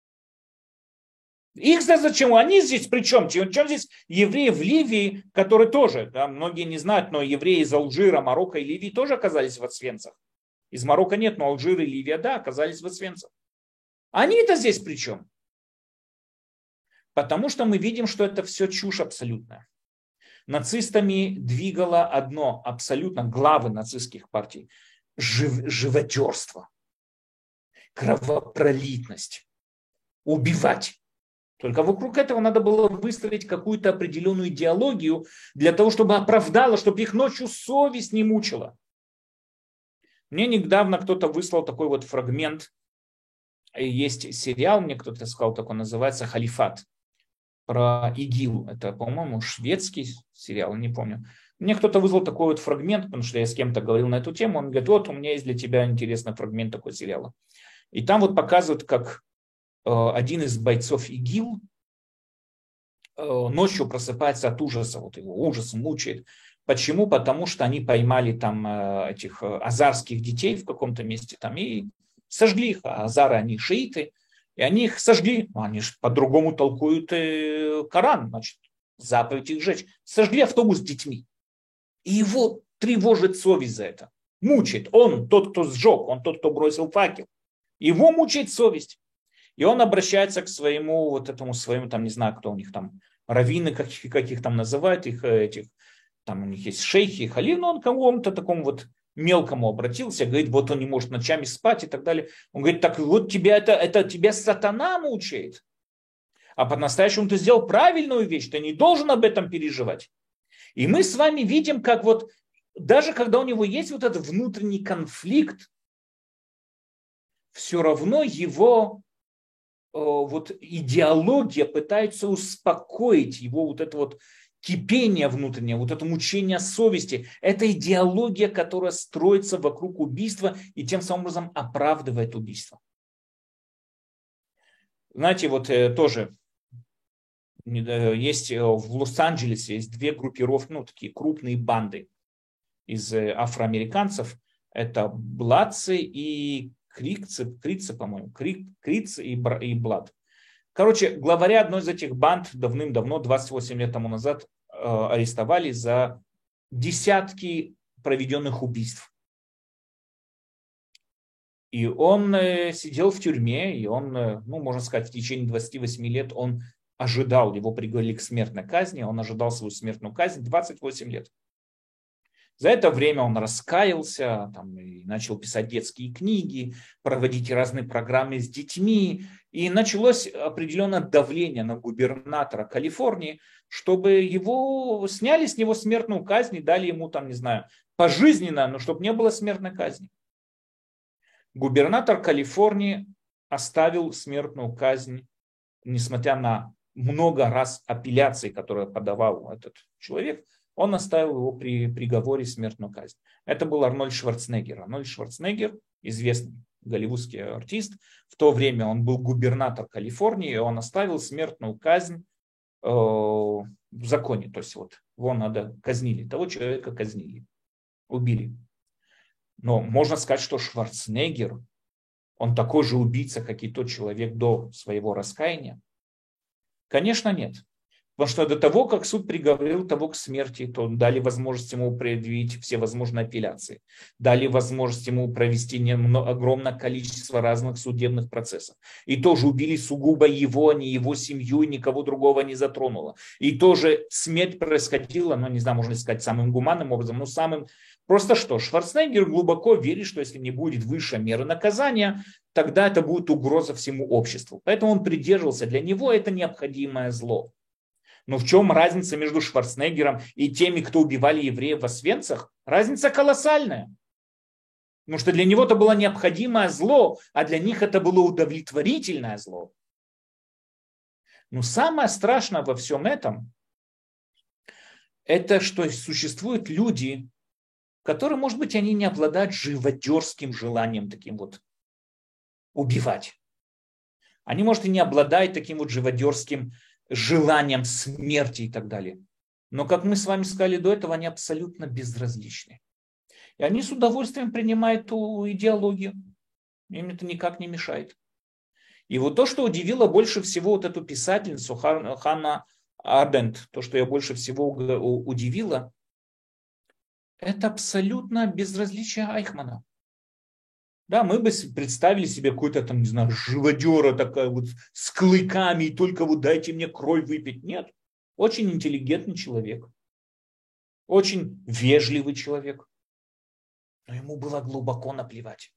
Их зачем? Они здесь при чем? Чем здесь евреи в Ливии, которые тоже, да, многие не знают, но евреи из Алжира, Марокко и Ливии тоже оказались в Освенцах. Из Марокко нет, но Алжир и Ливия, да, оказались в Освенцах. Они-то здесь при чем? Потому что мы видим, что это все чушь абсолютная. Нацистами двигало одно, абсолютно главы нацистских партий. Живодерство, кровопролитность, убивать. Только вокруг этого надо было выстроить какую-то определенную идеологию для того, чтобы оправдало, чтобы их ночью совесть не мучила. Мне недавно кто-то выслал такой вот фрагмент. Есть сериал, мне кто-то сказал, такой называется «Халифат». Про ИГИЛ. Это, по-моему, шведский сериал, не помню. Мне кто-то вызвал такой вот фрагмент, потому что я с кем-то говорил на эту тему. Он говорит, вот у меня есть для тебя интересный фрагмент такой сериала. И там вот показывают, как один из бойцов ИГИЛ ночью просыпается от ужаса. Вот его ужас мучает. Почему? Потому что они поймали там этих азарских детей в каком-то месте там и сожгли их. А азары, они шииты. И они их сожгли. Они же по-другому толкуют Коран. Значит, заповедь их сжечь. Сожгли автобус с детьми. И его тревожит совесть за это. Мучает. Он тот, кто сжег. Он тот, кто бросил факел. Его мучает совесть. И он обращается к своему, вот этому своему, там, не знаю, кто у них там, раввины, как их там называют, их, этих, там у них есть шейхи, халиф, но он к кому-то такому вот мелкому обратился, говорит, вот он не может ночами спать и так далее. Он говорит, так вот тебя это тебя сатана мучает. А по-настоящему ты сделал правильную вещь, ты не должен об этом переживать. И мы с вами видим, как вот, даже когда у него есть вот этот внутренний конфликт, все равно его вот идеология пытается успокоить его вот это вот кипение внутреннее, вот это мучение совести. Это идеология, которая строится вокруг убийства и тем самым образом оправдывает убийство. Знаете, вот тоже есть в Лос-Анджелесе есть две группировки, ну такие крупные банды из афроамериканцев. Это бладцы и крикцы, по-моему, крикцы и блад, Короче, главаря одной из этих банд давным-давно, 28 лет тому назад, арестовали за десятки проведенных убийств. И он сидел в тюрьме, и он, ну, можно сказать, в течение 28 лет он ожидал, его приговорили к смертной казни, он ожидал свою смертную казнь 28 лет. За это время он раскаялся, там, и начал писать детские книги, проводить разные программы с детьми. И началось определенное давление на губернатора Калифорнии, чтобы его сняли с него смертную казнь и дали ему, там, не знаю, пожизненно, но чтобы не было смертной казни. Губернатор Калифорнии оставил смертную казнь, несмотря на много раз апелляций, которые подавал этот человек, он оставил его при приговоре смертную казнь. Это был Арнольд Шварценеггер. Арнольд Шварценеггер, известный голливудский артист, в то время он был губернатор Калифорнии, и он оставил смертную казнь в законе. То есть вот его надо казнили, того человека казнили, убили. Но можно сказать, что Шварценеггер, он такой же убийца, как и тот человек до своего раскаяния? Конечно, нет. Потому что до того, как суд приговорил того к смерти, то дали возможность ему предъявить все возможные апелляции. Дали возможность ему провести огромное количество разных судебных процессов. И тоже убили сугубо его, не его семью, никого другого не затронуло. И тоже смерть происходила, ну не знаю, можно сказать, самым гуманным образом, но самым... Просто что, Шварценеггер глубоко верит, что если не будет высшей меры наказания, тогда это будет угроза всему обществу. Поэтому он придерживался, для него это необходимое зло. Но в чем разница между Шварценеггером и теми, кто убивали евреев в Освенцах? Разница колоссальная. Потому что для него это было необходимое зло, а для них это было удовлетворительное зло. Но самое страшное во всем этом, это что существуют люди, которые, может быть, они не обладают живодерским желанием таким вот убивать. Они, может, и не обладают таким вот живодерским желанием смерти и так далее. Но, как мы с вами сказали до этого, они абсолютно безразличны. И они с удовольствием принимают ту идеологию. Им это никак не мешает. И вот то, что удивило больше всего вот эту писательницу Ханна Ардент, то, что ее больше всего удивило, это абсолютно безразличие Айхмана. Да, мы бы представили себе какой-то там, не знаю, живодера такая вот с клыками, и только вот дайте мне кровь выпить. Нет. Очень интеллигентный человек. Очень вежливый человек. Но ему было глубоко наплевать.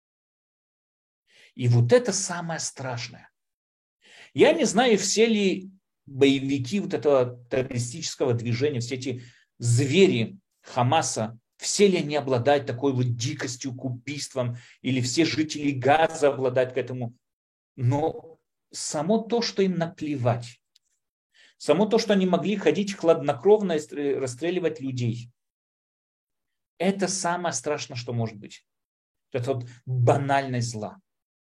И вот это самое страшное. Я не знаю, все ли боевики вот этого террористического движения, все эти звери Хамаса, все ли они обладают такой вот дикостью к убийствам, или все жители Газа обладают к этому. Но само то, что им наплевать, само то, что они могли ходить хладнокровно и расстреливать людей, это самое страшное, что может быть. Это вот банальность зла.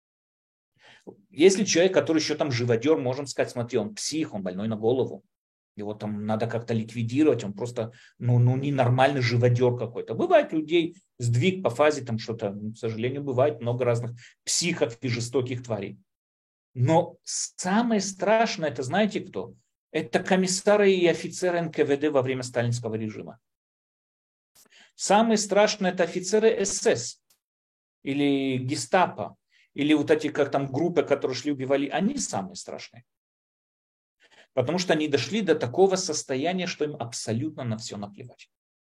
Если человек, который еще там живодер, можем сказать, смотри, он псих, он больной на голову. Его там надо как-то ликвидировать, он просто ненормальный живодер какой-то. Бывает людей сдвиг по фазе, там что-то, к сожалению, бывает много разных психов и жестоких тварей. Но самое страшное, это знаете кто? Это комиссары и офицеры НКВД во время сталинского режима. Самое страшное это офицеры СС или гестапо, или вот эти как там группы, которые шли убивали, они самые страшные. Потому что они дошли до такого состояния, что им абсолютно на все наплевать.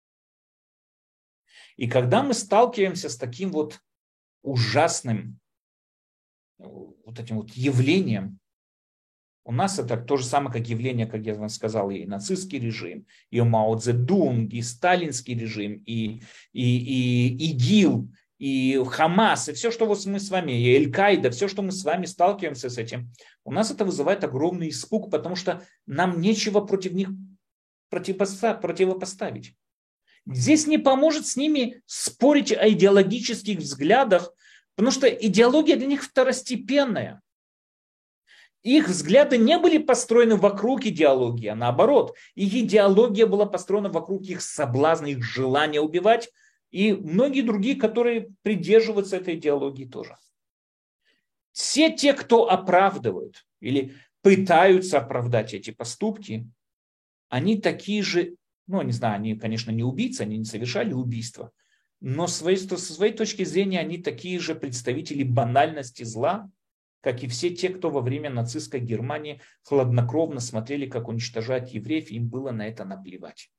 И когда мы сталкиваемся с таким вот ужасным вот этим вот явлением, у нас это то же самое, как явление, как я вам сказал, и нацистский режим, и Мао Цзэдунг, и сталинский режим, и ИГИЛ, и Хамас, и все, что вот мы с вами, и Аль-Каида, все, что мы с вами сталкиваемся с этим, у нас это вызывает огромный испуг, потому что нам нечего против них противопоставить. Здесь не поможет с ними спорить о идеологических взглядах, потому что идеология для них второстепенная. Их взгляды не были построены вокруг идеологии, а наоборот, их идеология была построена вокруг их соблазна, их желания убивать, и многие другие, которые придерживаются этой идеологии тоже. Все те, кто оправдывают или пытаются оправдать эти поступки, они такие же, ну, не знаю, они, конечно, не убийцы, они не совершали убийства, но со своей точки зрения они такие же представители банальности зла, как и все те, кто во время нацистской Германии хладнокровно смотрели, как уничтожают евреев, им было на это наплевать.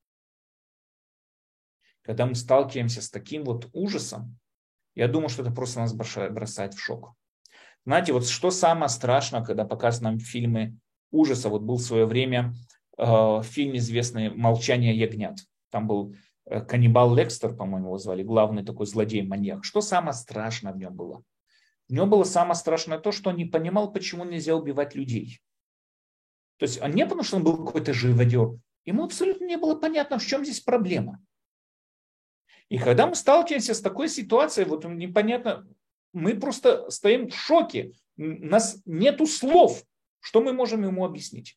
Когда мы сталкиваемся с таким вот ужасом, я думаю, что это просто нас бросает в шок. Знаете, вот что самое страшное, когда показывают нам фильмы ужаса, вот был в свое время фильм известный «Молчание ягнят». Там был каннибал Лекстер, по-моему, его звали, главный такой злодей-маньяк. Что самое страшное в нем было? В нем было самое страшное то, что он не понимал, почему нельзя убивать людей. То есть не потому, что он был какой-то живодер. Ему абсолютно не было понятно, в чем здесь проблема. И когда мы сталкиваемся с такой ситуацией, вот непонятно, мы просто стоим в шоке. У нас нету слов, что мы можем ему объяснить.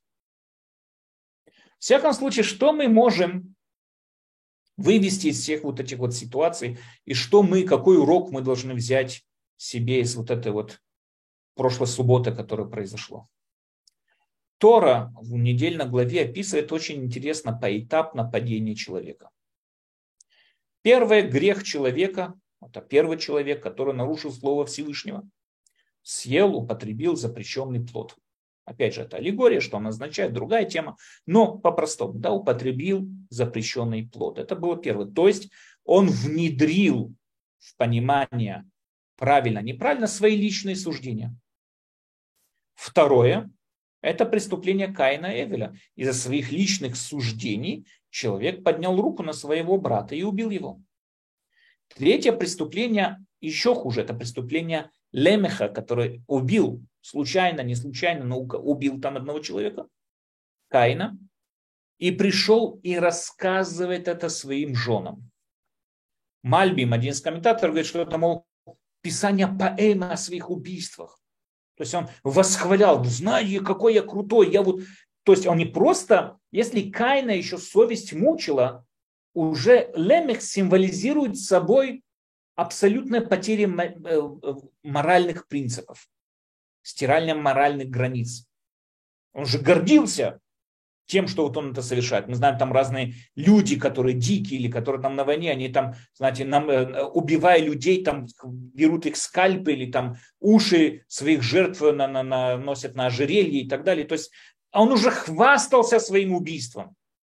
В всяком случае, что мы можем вывести из всех вот этих вот ситуаций, и что мы, какой урок мы должны взять себе из вот этой вот прошлой субботы, которая произошла. Тора в недельной главе описывает очень интересно поэтапно падение человека. Первый грех человека, это первый человек, который нарушил слово Всевышнего, съел, употребил запрещенный плод. Опять же, это аллегория, что он означает, другая тема, но по-простому, да, употребил запрещенный плод. Это было первое. То есть он внедрил в понимание правильно, неправильно свои личные суждения. Второе, это преступление Каина и Эвеля. Из-за своих личных суждений человек поднял руку на своего брата и убил его. Третье преступление еще хуже. Это преступление Лемеха, который убил случайно, не случайно, но убил там одного человека, Каина, и пришел и рассказывает это своим женам. Мальбим, один из комментаторов, говорит, что это, мол, писание поэмы о своих убийствах. То есть он восхвалял, знаете, какой я крутой, я вот... То есть он не просто, если Каина еще совесть мучила, уже Лемех символизирует собой абсолютная потеря моральных принципов, стирание моральных границ. Он же гордился тем, что вот он это совершает. Мы знаем, там разные люди, которые дикие или которые там на войне, они там, знаете, убивая людей, там берут их скальпы или там уши своих жертв носят на ожерелье и так далее. То есть он уже хвастался своим убийством.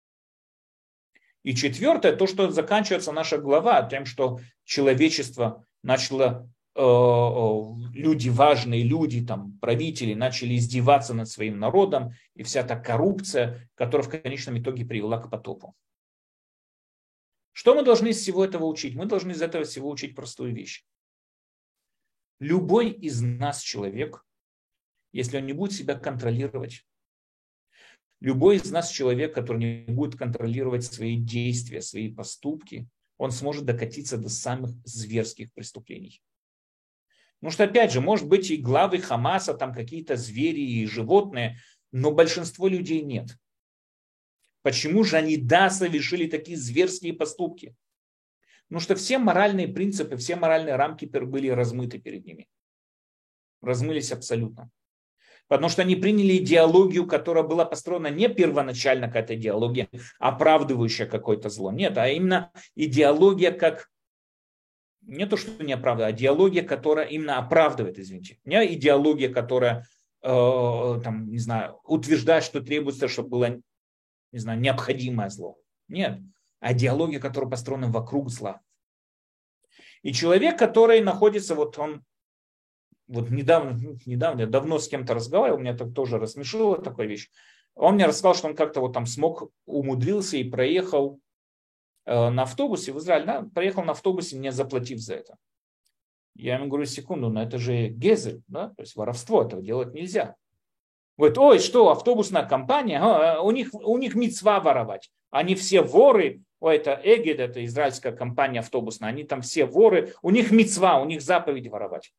И четвертое, то, что заканчивается наша глава тем, что человечество начало, люди, важные люди, там, правители, начали издеваться над своим народом, и вся та коррупция, которая в конечном итоге привела к потопу. Что мы должны из всего этого учить? Мы должны из этого всего учить простую вещь. Любой из нас человек, если он не будет себя контролировать, любой из нас человек, который не будет контролировать свои действия, свои поступки, он сможет докатиться до самых зверских преступлений. Потому что, опять же, может быть и главы Хамаса, там какие-то звери и животные, но большинство людей нет. Почему же они, да, совершили такие зверские поступки? Потому что все моральные принципы, все моральные рамки были размыты перед ними. Размылись абсолютно. Потому что они приняли идеологию, которая была построена не первоначально какая-то идеология, оправдывающая какое-то зло. Нет, а именно идеология как... Не то, что не оправдывает, а идеология, которая именно оправдывает, извините. Не идеология, которая, там, не знаю, утверждает, что требуется, чтобы было, не знаю, необходимое зло. Нет, а идеология, которая построена вокруг зла. И человек, который находится, вот он, вот недавно, я давно с кем-то разговаривал, меня это тоже рассмешило, такая вещь. Он мне рассказал, что он как-то вот там умудрился и проехал на автобусе в Израиль, да, проехал на автобусе, не заплатив за это. Я ему говорю, секунду, но это же гезель, да, то есть воровство, этого делать нельзя. Говорит, ой, что, автобусная компания, у них мицва воровать, они все воры, это Эгед, это израильская компания автобусная, они там все воры, у них мицва, у них заповедь воровать.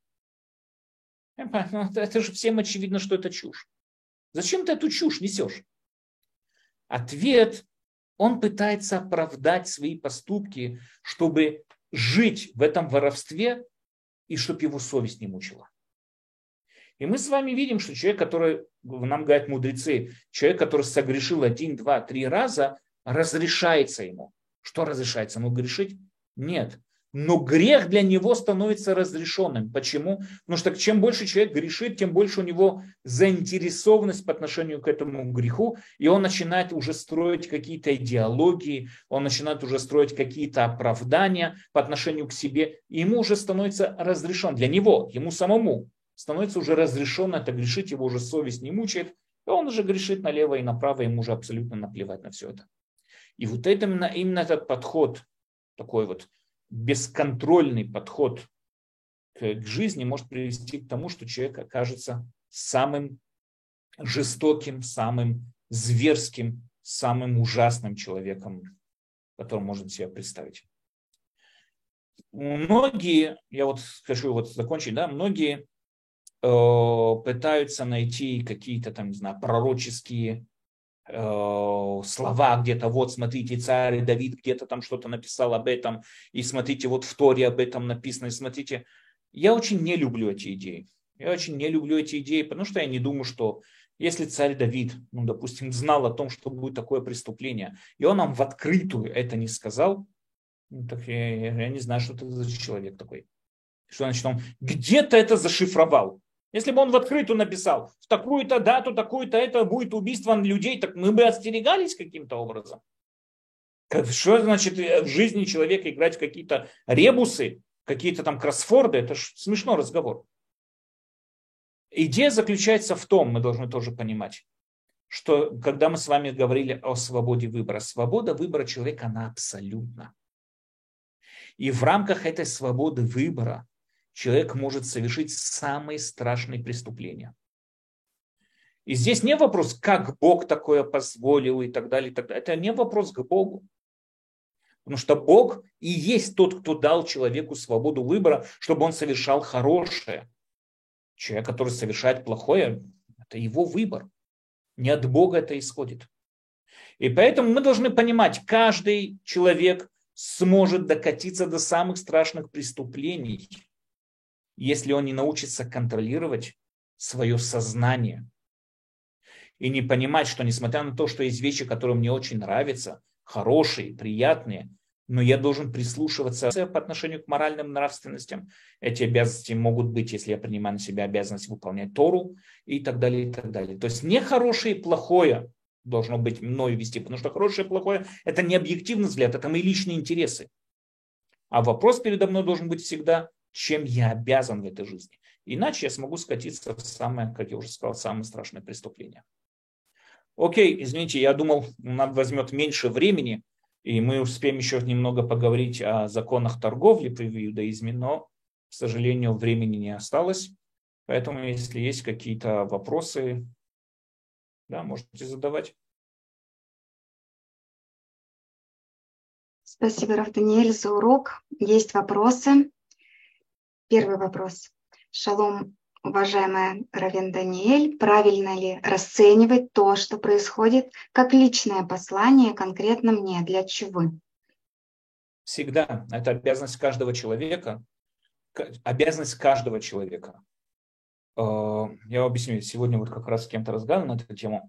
Это же всем очевидно, что это чушь. Зачем ты эту чушь несешь? Ответ, он пытается оправдать свои поступки, чтобы жить в этом воровстве и чтобы его совесть не мучила. И мы с вами видим, что человек, который, нам говорят мудрецы, человек, который согрешил 1, 2, 3 раза, разрешается ему. Что разрешается? Ему грешить? Нет. Но грех для него становится разрешенным. Почему? Потому что чем больше человек грешит, тем больше у него заинтересованность по отношению к этому греху, и он начинает уже строить какие-то идеологии, он начинает уже строить какие-то оправдания по отношению к себе, и ему уже становится разрешен. Для него, ему самому становится уже разрешено это грешить, его уже совесть не мучает, и он уже грешит налево и направо, ему уже абсолютно наплевать на все это. И вот это именно этот подход, такой вот бесконтрольный подход к жизни может привести к тому, что человек окажется самым жестоким, самым зверским, самым ужасным человеком, который можно себе представить. Многие, я вот хочу вот закончить, да, многие пытаются найти какие-то там, не знаю, пророческие слова где-то, вот смотрите, царь Давид где-то там что-то написал об этом, и смотрите, вот в Торе об этом написано, и смотрите. Я очень не люблю эти идеи. Я очень не люблю эти идеи, потому что я не думаю, что если царь Давид, ну, допустим, знал о том, что будет такое преступление, и он нам в открытую это не сказал, ну, так я не знаю, что это за человек такой. Что значит, он где-то это зашифровал. Если бы он в открытую написал, в такую-то дату, такую-то это будет убийство людей, так мы бы остерегались каким-то образом. Что значит в жизни человека играть в какие-то ребусы, какие-то там кроссфорды? Это ж смешной разговор. Идея заключается в том, мы должны тоже понимать, что когда мы с вами говорили о свободе выбора, свобода выбора человека, она абсолютна. И в рамках этой свободы выбора человек может совершить самые страшные преступления. И здесь не вопрос, как Бог такое позволил и так далее, и так далее. Это не вопрос к Богу. Потому что Бог и есть тот, кто дал человеку свободу выбора, чтобы он совершал хорошее. Человек, который совершает плохое, это его выбор. Не от Бога это исходит. И поэтому мы должны понимать, каждый человек сможет докатиться до самых страшных преступлений, если он не научится контролировать свое сознание и не понимать, что несмотря на то, что есть вещи, которые мне очень нравятся, хорошие, приятные, но я должен прислушиваться по отношению к моральным нравственностям. Эти обязанности могут быть, если я принимаю на себя обязанность выполнять Тору и так далее, и так далее. То есть не хорошее и плохое должно быть мною вести, потому что хорошее и плохое – это не объективный взгляд, это мои личные интересы. А вопрос передо мной должен быть всегда, чем я обязан в этой жизни. Иначе я смогу скатиться в самое, как я уже сказал, самое страшное преступление. Окей, извините, я думал, нам возьмет меньше времени, и мы успеем еще немного поговорить о законах торговли в иудаизме, но, к сожалению, времени не осталось. Поэтому, если есть какие-то вопросы, да, можете задавать. Спасибо, Рав Даниэль, за урок. Есть вопросы. Первый вопрос. Шалом, уважаемая Равен Даниэль. Правильно ли расценивать то, что происходит, как личное послание конкретно мне? Для чего? Всегда. Это обязанность каждого человека. Обязанность каждого человека. Я объясню. Сегодня вот как раз с кем-то разговаривал на эту тему.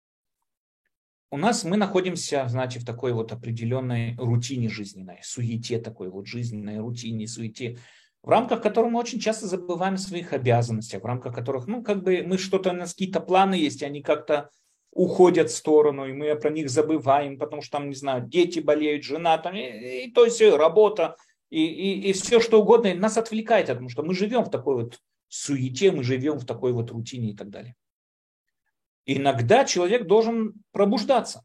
Мы находимся, знаете, в такой вот определенной рутине жизненной, суете такой вот жизненной рутине, суете, в рамках которой мы очень часто забываем о своих обязанностях, в рамках которых, мы что-то, у нас какие-то планы есть, и они как-то уходят в сторону, и мы про них забываем, потому что там, не знаю, дети болеют, жена, там, и то есть работа, и все что угодно, и нас отвлекает, потому что мы живем в такой вот суете, мы живем в такой вот рутине и так далее. Иногда человек должен пробуждаться.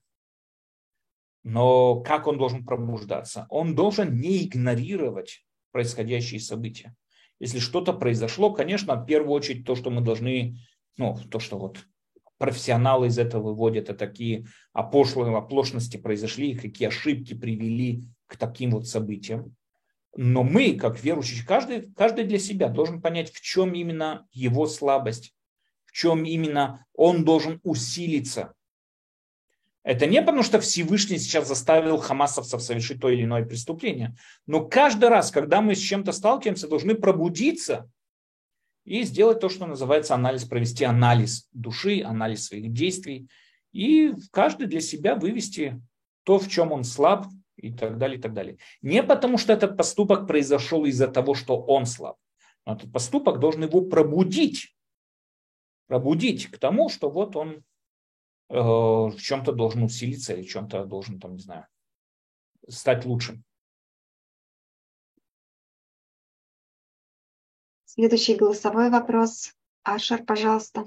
Но как он должен пробуждаться? Он должен не игнорировать происходящие события. Если что-то произошло, конечно, в первую очередь то, что мы должны, то, что вот профессионалы из этого выводят, это такие оплошности произошли, какие ошибки привели к таким вот событиям. Но мы, как верующие, каждый для себя должен понять, в чем именно его слабость, в чем именно он должен усилиться. Это не потому, что Всевышний сейчас заставил хамасовцев совершить то или иное преступление. Но каждый раз, когда мы с чем-то сталкиваемся, должны пробудиться и сделать то, что называется анализ, провести анализ души, анализ своих действий, и каждый для себя вывести то, в чем он слаб, и так далее, и так далее. Не потому, что этот поступок произошел из-за того, что он слаб, но этот поступок должен его пробудить к тому, что вот он в чем-то должен усилиться или в чем-то должен, там, не знаю, стать лучшим. Следующий голосовой вопрос. Ашер, пожалуйста.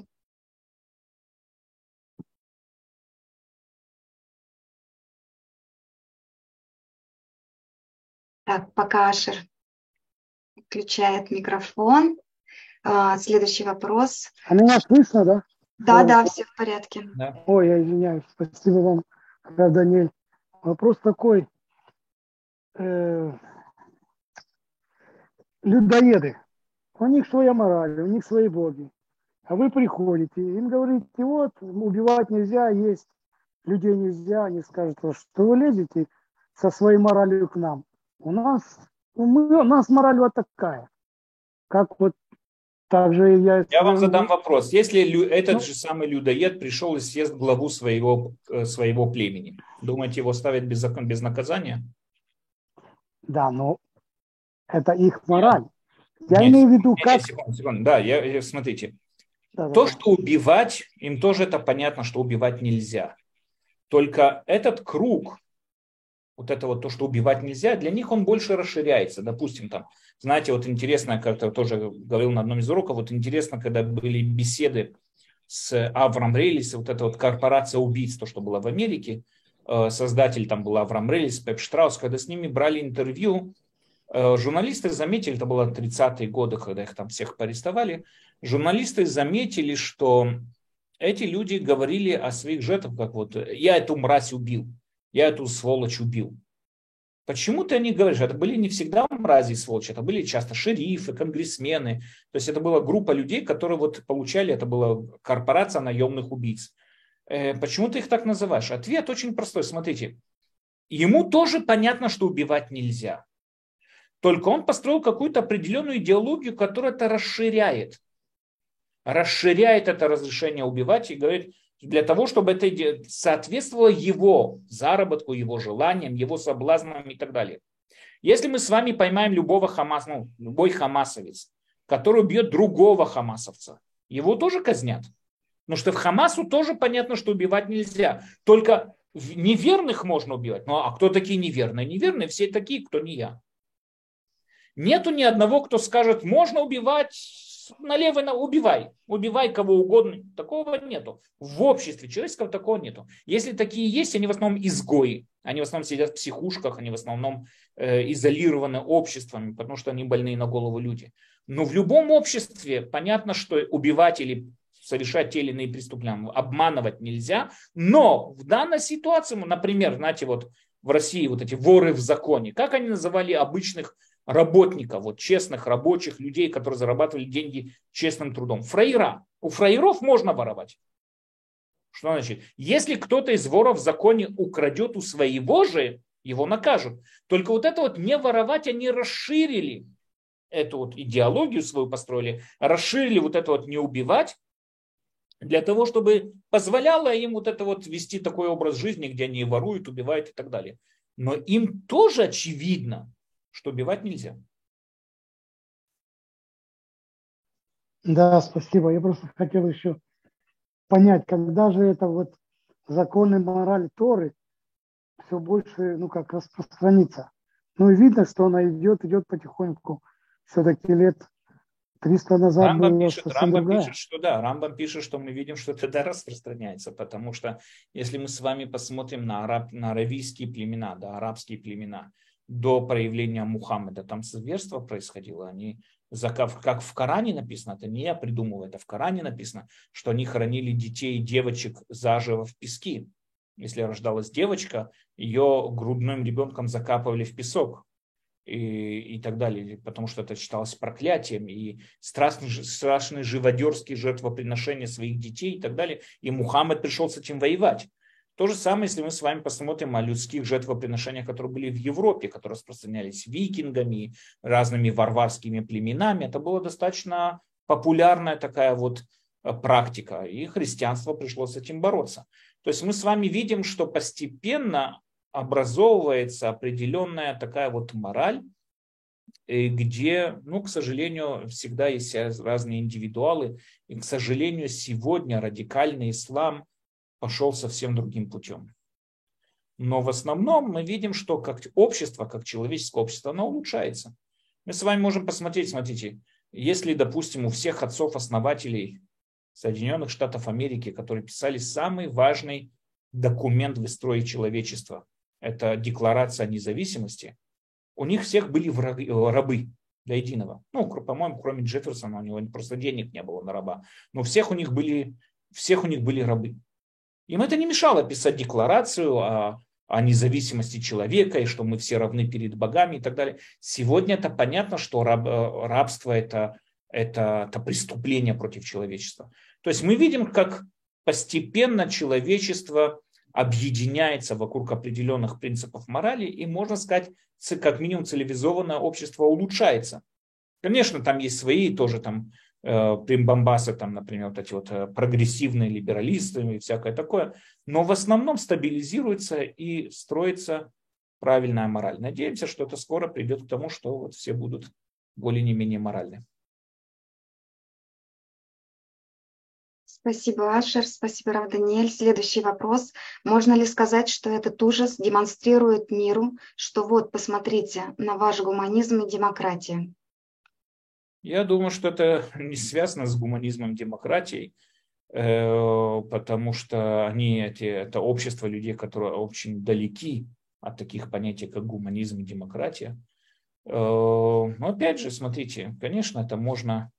Так, пока Ашер включает микрофон. Следующий вопрос. А меня слышно, да? Да, все в порядке. Да. Ой, я извиняюсь. Спасибо вам, Рав Даниэль. Вопрос такой. Людоеды. У них своя мораль, у них свои боги. А вы приходите, им говорите, вот, убивать нельзя, есть людей нельзя. Они скажут, что вы лезете со своей моралью к нам. У нас мораль вот такая. Как вот так же Я вам задам вопрос. Если этот же самый людоед пришел и съест главу своего племени, думаете, его ставят без наказания? Да, но это их мораль. Я Нет, имею в виду, как... Секунду. Да, смотрите. Да. Что убивать, им тоже это понятно, что убивать нельзя. Только этот круг, вот это вот то, что убивать нельзя, для них он больше расширяется. Допустим, там, знаете, вот интересно, как-то тоже говорил на одном из уроков, вот интересно, когда были беседы с Авраам Рейлис, вот эта вот корпорация убийц, то, что было в Америке, создатель там был Авраам Рейлис, Пеп Штраус, когда с ними брали интервью, журналисты заметили, это было 30-е годы, когда их там всех поарестовали, журналисты заметили, что эти люди говорили о своих жертвах, как вот я эту мразь убил, я эту сволочь убил. Почему-то они говорят, что это были не всегда мрази и сволочи, это были часто шерифы, конгрессмены. То есть это была группа людей, которые вот получали, это была корпорация наемных убийц. Почему ты их так называешь? Ответ очень простой. Смотрите, ему тоже понятно, что убивать нельзя. Только он построил какую-то определенную идеологию, которая это расширяет. Расширяет это разрешение убивать и говорит, для того, чтобы это соответствовало его заработку, его желаниям, его соблазнам и так далее. Если мы с вами поймаем любого хамаса, любой хамасовец, который убьет другого хамасовца, его тоже казнят. Потому что в Хамасу тоже понятно, что убивать нельзя. Только неверных можно убивать. Ну а кто такие неверные? Неверные все такие, кто не я. Нету ни одного, кто скажет, можно убивать налево, убивай кого угодно. Такого нету. В обществе человеческого такого нету. Если такие есть, они в основном изгои. Они в основном сидят в психушках, они в основном изолированы обществами, потому что они больные на голову люди. Но в любом обществе понятно, что убивать или совершать те или иные преступления, обманывать нельзя. Но в данной ситуации, например, знаете, вот в России вот эти воры в законе, как они называли обычных работников, вот честных рабочих людей, которые зарабатывали деньги честным трудом. Фраера. У фраеров можно воровать. Что значит? Если кто-то из воров в законе украдет у своего же, его накажут. Только вот это вот не воровать, они расширили эту вот идеологию свою построили, расширили вот это вот не убивать, для того, чтобы позволяло им вот это вот вести такой образ жизни, где они воруют, убивают и так далее. Но им тоже очевидно, что убивать нельзя. Да, спасибо. Я просто хотел еще понять, когда же это вот законы морали Торы все больше, распространится. Ну и видно, что она идет потихоньку. Все-таки лет 300 назад было совсем другая. Рамбам пишет, что мы видим, что это распространяется, потому что если мы с вами посмотрим на аравийские племена, арабские племена, до проявления Мухаммеда, там зверство происходило, они, как в Коране написано, это не я придумываю, это в Коране написано, что они хоронили детей и девочек заживо в пески. Если рождалась девочка, ее грудным ребенком закапывали в песок и так далее, потому что это считалось проклятием, и страшные живодерские жертвоприношения своих детей и так далее. И Мухаммед пришел с этим воевать. То же самое, если мы с вами посмотрим о людских жертвоприношениях, которые были в Европе, которые распространялись викингами, разными варварскими племенами. Это было достаточно популярная такая вот практика, и христианство пришло с этим бороться. То есть мы с вами видим, что постепенно образовывается определенная такая вот мораль, где, ну, к сожалению, всегда есть разные индивидуалы, и, к сожалению, сегодня радикальный ислам пошел совсем другим путем. Но в основном мы видим, что как общество, как человеческое общество, оно улучшается. Мы с вами можем посмотреть, смотрите, если, допустим, у всех отцов-основателей Соединенных Штатов Америки, которые писали самый важный документ в истории человечества, это Декларация о независимости, у них всех были рабы до единого. Ну, по-моему, кроме Джефферсона, у него просто денег не было на раба. Но всех у них были рабы. Им это не мешало писать декларацию о независимости человека и что мы все равны перед богами и так далее. Сегодня это понятно, что рабство это преступление против человечества. То есть мы видим, как постепенно человечество объединяется вокруг определенных принципов морали, и, можно сказать, как минимум цивилизованное общество улучшается. Конечно, там есть свои тоже там примбамбасы, там, например, вот эти вот прогрессивные либералисты и всякое такое, но в основном стабилизируется и строится правильная мораль. Надеемся, что это скоро придет к тому, что вот все будут более-не менее моральны. Спасибо, Ашер, спасибо, Рав Даниэль. Следующий вопрос. Можно ли сказать, что этот ужас демонстрирует миру, что вот, посмотрите на ваш гуманизм и демократию? Я думаю, что это не связано с гуманизмом и демократией, потому что это общество людей, которые очень далеки от таких понятий, как гуманизм и демократия. Но опять же, смотрите, конечно, это можно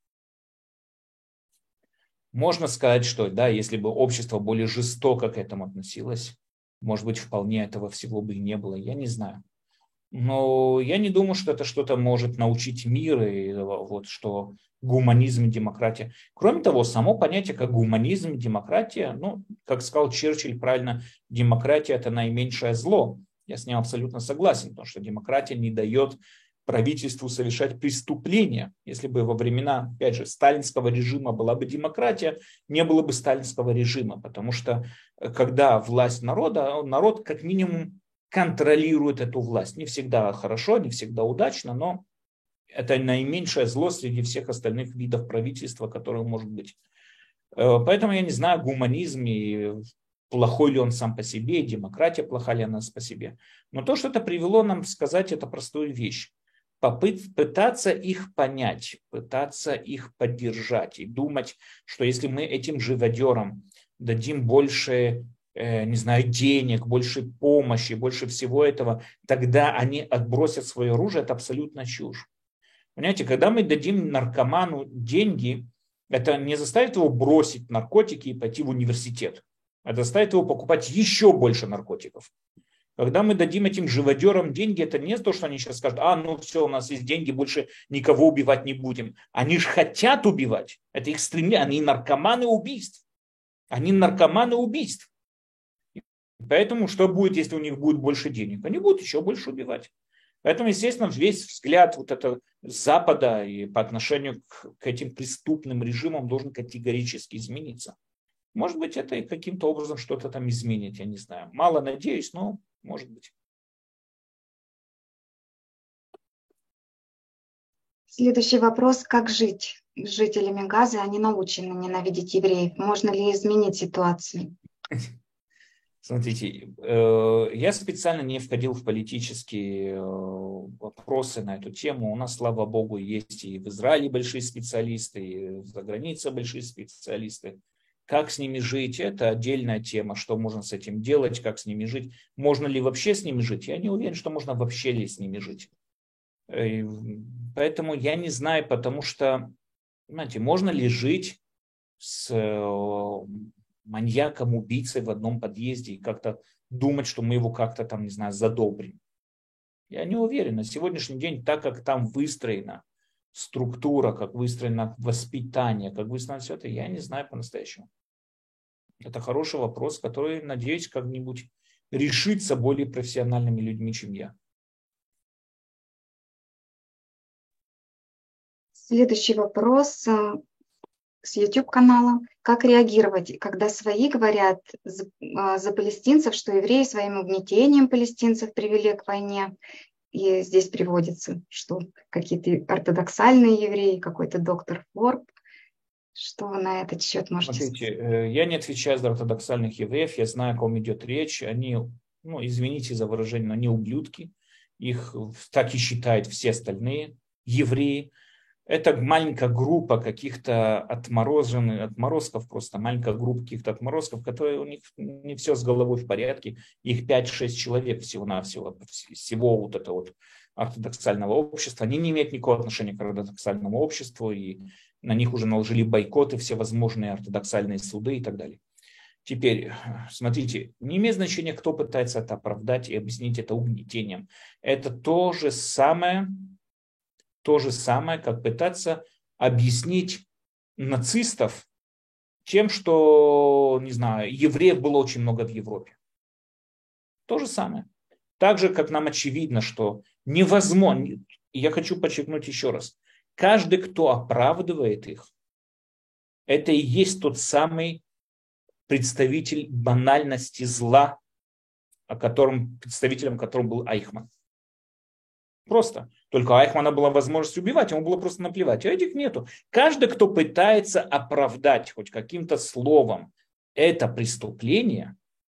сказать, что да, если бы общество более жестоко к этому относилось, может быть, вполне этого всего бы и не было, я не знаю. Но я не думаю, что это что-то может научить мир, и вот, что гуманизм и демократия. Кроме того, само понятие как гуманизм и демократия, ну, как сказал Черчилль правильно, демократия – это наименьшее зло. Я с ним абсолютно согласен, потому что демократия не дает правительству совершать преступления. Если бы во времена, опять же, сталинского режима была бы демократия, не было бы сталинского режима, потому что когда власть народа, народ как минимум контролирует эту власть. Не всегда хорошо, не всегда удачно, но это наименьшее зло среди всех остальных видов правительства, которое может быть. Поэтому я не знаю, гуманизм и плохой ли он сам по себе, и демократия плоха ли она по себе. Но то, что это привело нам сказать, это простую вещь. Пытаться их понять, пытаться их поддержать и думать, что если мы этим живодерам дадим больше, не знаю, денег, больше помощи, больше всего этого, тогда они отбросят свое оружие, это абсолютно чушь. Понимаете, когда мы дадим наркоману деньги, это не заставит его бросить наркотики и пойти в университет, а заставит его покупать еще больше наркотиков. Когда мы дадим этим живодерам деньги, это не то, что они сейчас скажут, ну все, у нас есть деньги, больше никого убивать не будем. Они же хотят убивать. Это их стремление, они наркоманы убийств. Они наркоманы убийств. Поэтому что будет, если у них будет больше денег? Они будут еще больше убивать. Поэтому, естественно, весь взгляд вот этого Запада и по отношению к этим преступным режимам должен категорически измениться. Может быть, это и каким-то образом что-то там изменит, я не знаю. Мало надеюсь, но может быть. Следующий вопрос. Как жить с жителями Газы? Они научены ненавидеть евреев. Можно ли изменить ситуацию? Смотрите, я специально не входил в политические вопросы на эту тему. У нас, слава богу, есть и в Израиле большие специалисты, и за границей большие специалисты. Как с ними жить, это отдельная тема, что можно с этим делать, как с ними жить. Можно ли вообще с ними жить? Я не уверен, что можно вообще ли с ними жить. Поэтому я не знаю, потому что, знаете, можно ли жить с маньяком, убийцей в одном подъезде и как-то думать, что мы его как-то там, не знаю, задобрим. Я не уверен. На сегодняшний день, так как там выстроена структура, как выстроено воспитание, как выстроено все это, я не знаю по-настоящему. Это хороший вопрос, который, надеюсь, как-нибудь решится более профессиональными людьми, чем я. Следующий вопрос. с YouTube-канала. Как реагировать, когда свои говорят за палестинцев, что евреи своим угнетением палестинцев привели к войне? И здесь приводится, что какие-то ортодоксальные евреи, какой-то доктор Форб. Что вы на этот счет можете сказать? Смотрите, я не отвечаю за ортодоксальных евреев, я знаю, о ком идет речь. Они, извините за выражение, но они ублюдки. Их так и считают все остальные евреи. Это маленькая группа каких-то отморозков, просто маленькая группа каких-то отморозков, которые у них не все с головой в порядке. Их 5-6 человек всего-навсего, всего вот этого вот ортодоксального общества. Они не имеют никакого отношения к ортодоксальному обществу, и на них уже наложили бойкоты, всевозможные ортодоксальные суды и так далее. Теперь, смотрите, не имеет значения, кто пытается это оправдать и объяснить это угнетением. Это то же самое, как пытаться объяснить нацистов тем, что, не знаю, евреев было очень много в Европе. То же самое. Так же, как нам очевидно, что невозможно, я хочу подчеркнуть еще раз, каждый, кто оправдывает их, это и есть тот самый представитель банальности зла, представителем которым был Айхман. Просто. Только у Айхмана была возможность убивать, ему было просто наплевать. А этих нету. Каждый, кто пытается оправдать хоть каким-то словом это преступление,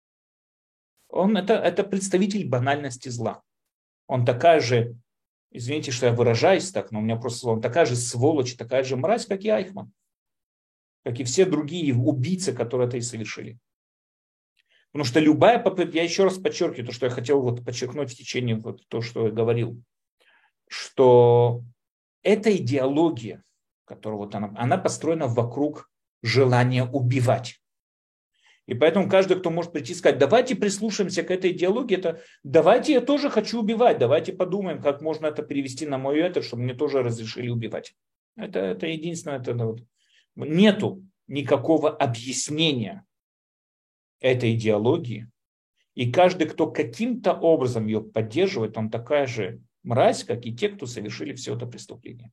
это представитель банальности зла. Он такая же, извините, что я выражаюсь так, но у меня просто он такая же сволочь, такая же мразь, как и Айхман. Как и все другие убийцы, которые это и совершили. Потому что любая попытка, я еще раз подчеркиваю то, что я хотел подчеркнуть в течение то, что я говорил, что эта идеология, которая она построена вокруг желания убивать. И поэтому каждый, кто может прийти и сказать, давайте прислушаемся к этой идеологии, это давайте я тоже хочу убивать, давайте подумаем, как можно это перевести на мое чтобы мне тоже разрешили убивать. Это единственное. Нету никакого объяснения этой идеологии. И каждый, кто каким-то образом ее поддерживает, он такая же мразь, как и те, кто совершили все это преступление.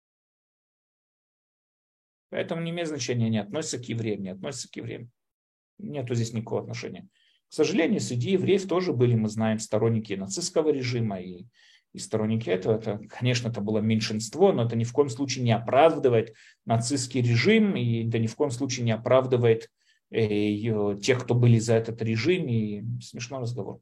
Поэтому не имеет значения, не относится к евреям, не относится к евреям. Нету здесь никакого отношения. К сожалению, среди евреев тоже были, мы знаем, сторонники нацистского режима и сторонники этого. Конечно, это было меньшинство, но это ни в коем случае не оправдывает нацистский режим, и это ни в коем случае не оправдывает тех, кто были за этот режим. И смешной разговор.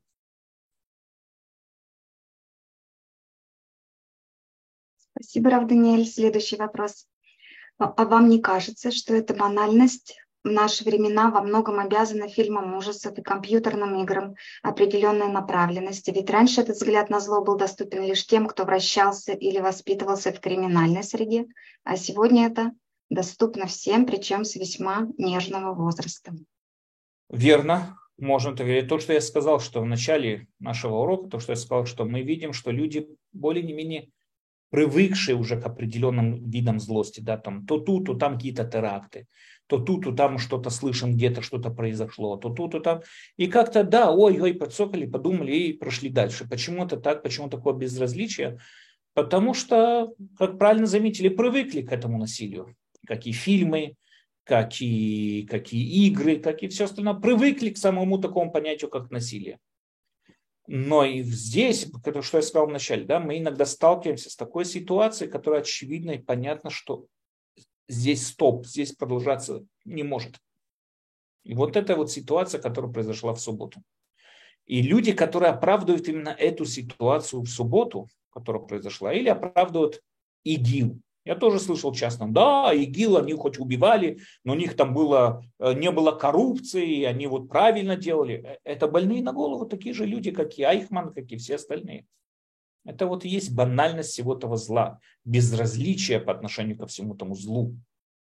Спасибо, Рав Даниэль. Следующий вопрос. А вам не кажется, что эта банальность в наши времена во многом обязана фильмам ужасов и компьютерным играм определенной направленности? Ведь раньше этот взгляд на зло был доступен лишь тем, кто вращался или воспитывался в криминальной среде, а сегодня это доступно всем, причем с весьма нежного возраста. Верно. Можно так говорить. То, что я сказал, что в начале нашего урока, то, что я сказал, что мы видим, что люди более-менее привыкшие уже к определенным видам злости, да, там, то тут, то там какие-то теракты, то тут, то там что-то слышим, где-то что-то произошло, то тут, то там. И как-то, да, ой, подсокали, подумали и прошли дальше. Почему это так, почему такое безразличие? Потому что, как правильно заметили, привыкли к этому насилию. Как и фильмы, как и игры, как и все остальное. Привыкли к самому такому понятию, как насилие. Но и здесь, что я сказал вначале, да, мы иногда сталкиваемся с такой ситуацией, которая очевидно и понятно, что здесь стоп, здесь продолжаться не может. И вот это вот ситуация, которая произошла в субботу. И люди, которые оправдывают именно эту ситуацию в субботу, которая произошла, или оправдывают ИГИЛ. Я тоже слышал часто, да, ИГИЛ, они хоть убивали, но у них там не было коррупции, они вот правильно делали. Это больные на голову такие же люди, как и Айхман, как и все остальные. Это вот и есть банальность всего этого зла, безразличие по отношению ко всему тому злу.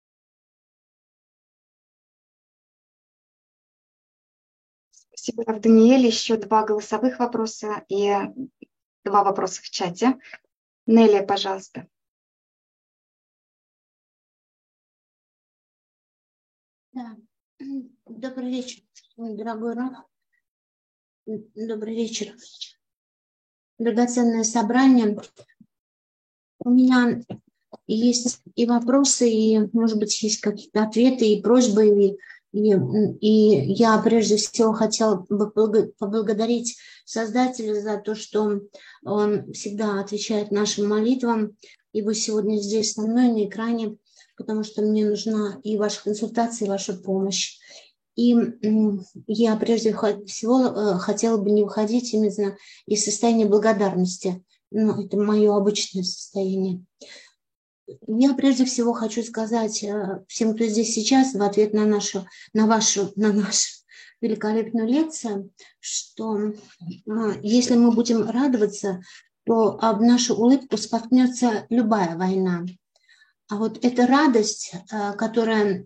Спасибо, Рав Даниэль. Еще 2 голосовых вопроса и 2 вопроса в чате. Нелли, пожалуйста. Да. Добрый вечер, мой дорогой Рав. Добрый вечер. Драгоценное собрание. У меня есть и вопросы, и, может быть, есть какие-то ответы, и просьбы, и я прежде всего хотела бы поблагодарить Создателя за то, что Он всегда отвечает нашим молитвам, и вы сегодня здесь со мной на экране, потому что мне нужна и ваша консультация, и ваша помощь. И я прежде всего хотела бы не выходить именно из состояния благодарности. Ну, это мое обычное состояние. Я прежде всего хочу сказать всем, кто здесь сейчас, в ответ на нашу великолепную лекцию, что если мы будем радоваться, то об нашу улыбку споткнется любая война. А вот эта радость, которая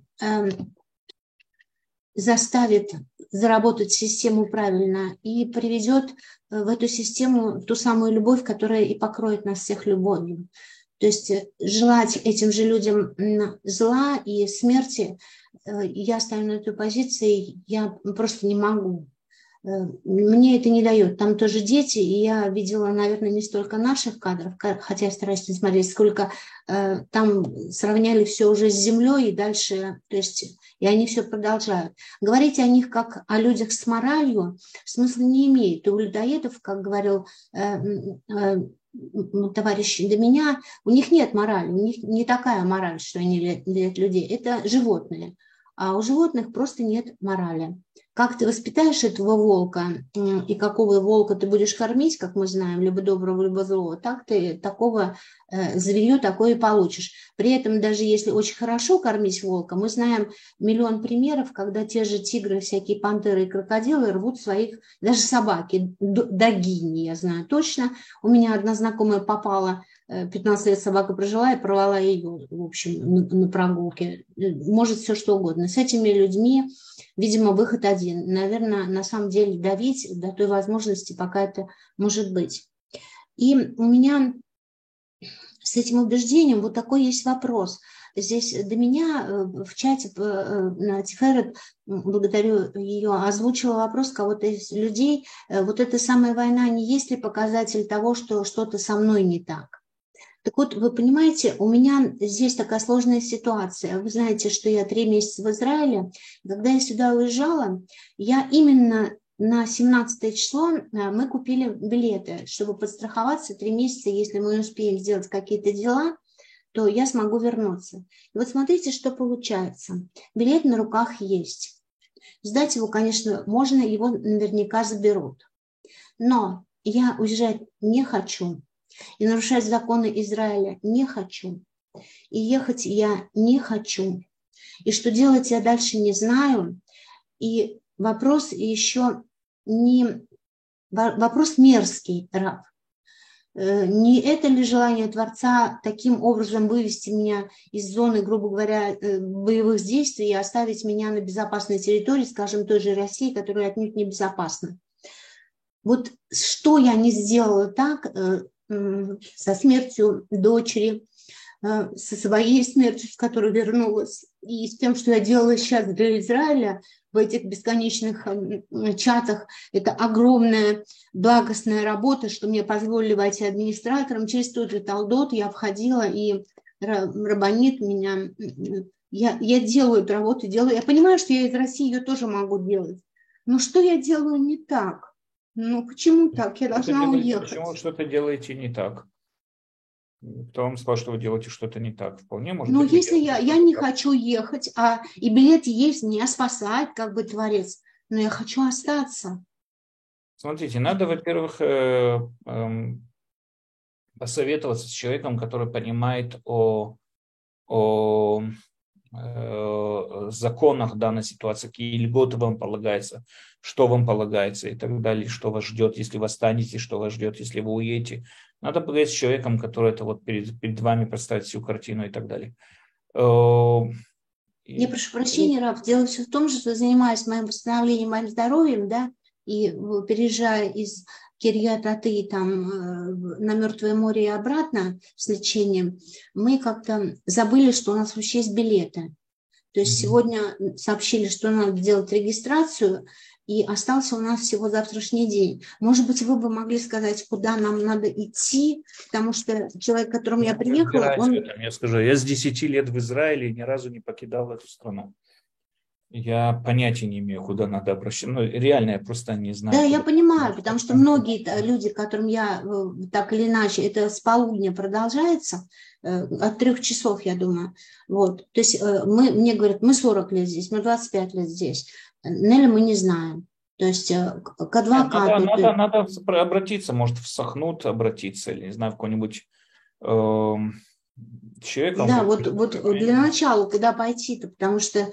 заставит заработать систему правильно и приведет в эту систему ту самую любовь, которая и покроет нас всех любовью. То есть желать этим же людям зла и смерти, я стою на этой позиции, я просто не могу. Мне это не дает. Там тоже дети, и я видела, наверное, не столько наших кадров, хотя я стараюсь не смотреть, сколько там сравняли все уже с землей и дальше, то есть, и они все продолжают. Говорить о них как о людях с моралью смысла не имеет. У людоедов, как говорил товарищ до меня, у них нет морали, у них не такая мораль, что они любят людей, это животные. А у животных просто нет морали. Как ты воспитаешь этого волка и какого волка ты будешь кормить, как мы знаем, либо доброго, либо злого, так ты такого зверье такое и получишь. При этом даже если очень хорошо кормить волка, мы знаем миллион примеров, когда те же тигры, всякие пантеры и крокодилы рвут своих, даже собаки, догини, я знаю точно. У меня одна знакомая попала, 15 лет собака прожила и порвала ее, в общем, на прогулке. Может все что угодно. С этими людьми, видимо, выход один. Наверное, на самом деле давить до той возможности, пока это может быть. И у меня с этим убеждением вот такой есть вопрос. Здесь до меня в чате Тиферет, благодарю ее, озвучила вопрос кого-то из людей. Вот эта самая война не есть ли показатель того, что что-то со мной не так? Так вот, вы понимаете, у меня здесь такая сложная ситуация. Вы знаете, что я 3 месяца в Израиле. Когда я сюда уезжала, я именно на 17 число мы купили билеты, чтобы подстраховаться 3 месяца. Если мы успеем сделать какие-то дела, то я смогу вернуться. И вот смотрите, что получается. Билет на руках есть. Сдать его, конечно, можно, его наверняка заберут. Но я уезжать не хочу. И нарушать законы Израиля не хочу. И ехать я не хочу. И что делать я дальше не знаю. И вопрос еще не... Вопрос мерзкий, Рав. Не это ли желание Творца таким образом вывести меня из зоны, грубо говоря, боевых действий и оставить меня на безопасной территории, скажем, той же России, которая отнюдь не безопасна? Вот что я не сделала так со смертью дочери, со своей смертью, с которой вернулась, и с тем, что я делала сейчас для Израиля в этих бесконечных чатах. Это огромная благостная работа, что мне позволили войти администратором. Через тот же Талдот я входила, и рабанит меня. Я делаю эту работу, делаю. Я понимаю, что я из России ее тоже могу делать. Но что я делаю не так? Ну, почему так? Я должна уехать. Почему что-то делаете не так? Кто вам сказал, что вы делаете что-то не так? Вполне может быть. Но если я не хочу ехать, и билет есть, меня спасает как бы Творец, но я хочу остаться. Смотрите, надо, во-первых, посоветоваться с человеком, который понимает о законах данной ситуации, какие льготы вам полагаются, что вам полагается и так далее, что вас ждет, если вы останетесь, что вас ждет, если вы уедете. Надо поговорить с человеком, который это вот перед вами представит всю картину и так далее. Я прошу прощения, Рав, дело все в том, что занимаюсь моим восстановлением, моим здоровьем, да, и переезжая из Кирьят-Аты там на Мертвое море и обратно с лечением, мы как-то забыли, что у нас вообще есть билеты. То есть сегодня сообщили, что надо делать регистрацию, и остался у нас всего завтрашний день. Может быть, вы бы могли сказать, куда нам надо идти, потому что человек, к которому я приехала, он... Я скажу, я с 10 лет в Израиле и ни разу не покидал эту страну. Я понятия не имею, куда надо обращаться. Ну, реально, я просто не знаю. Да, я понимаю, потому что многие люди, которым я так или иначе, это с полудня продолжается, от 3 часов, я думаю. Вот. То есть мне говорят, мы 40 лет здесь, мы 25 лет здесь. Нелли мы не знаем. То есть к адвокату... Надо обратиться, может, в Сахнут обратиться, или, не знаю, в какой-нибудь... человека. Да, вот для начала куда пойти-то, потому что,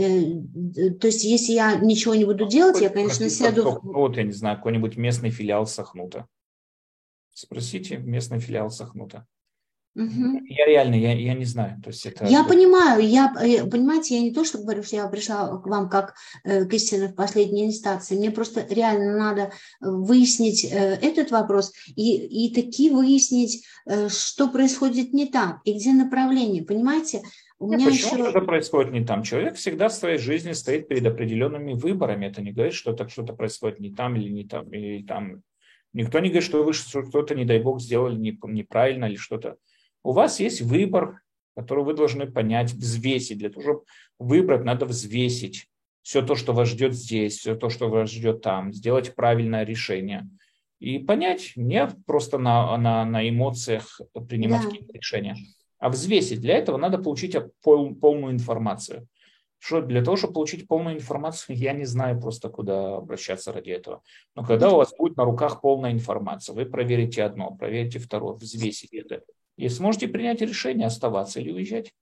то есть, если я ничего не буду делать, я, конечно, сяду... Вот, я не знаю, какой-нибудь местный филиал Сахнута. Спросите местный филиал Сахнута. Угу. Я реально, я не знаю. То есть это... Я понимаю, понимаете, я не то, что говорю, что я пришла к вам как к истине в последней инстанции, мне просто реально надо выяснить этот вопрос и таки выяснить, что происходит не так и где направление, понимаете? Почему это происходит не там? Человек всегда в своей жизни стоит перед определенными выборами. Это не говорит, что так что-то происходит не там или не там, или там. Никто не говорит, что вы что-то, не дай бог, сделали неправильно или что-то. У вас есть выбор, который вы должны понять, взвесить. Для того, чтобы выбрать, надо взвесить все то, что вас ждет здесь, все то, что вас ждет там, сделать правильное решение. И понять, не просто на эмоциях принимать какие-то решения, а взвесить. Для этого надо получить полную информацию. Что для того, чтобы получить полную информацию, я не знаю просто, куда обращаться ради этого. Но когда у вас будет на руках полная информация, вы проверите одно, проверите второе, взвесите это. И сможете принять решение, оставаться или уезжать.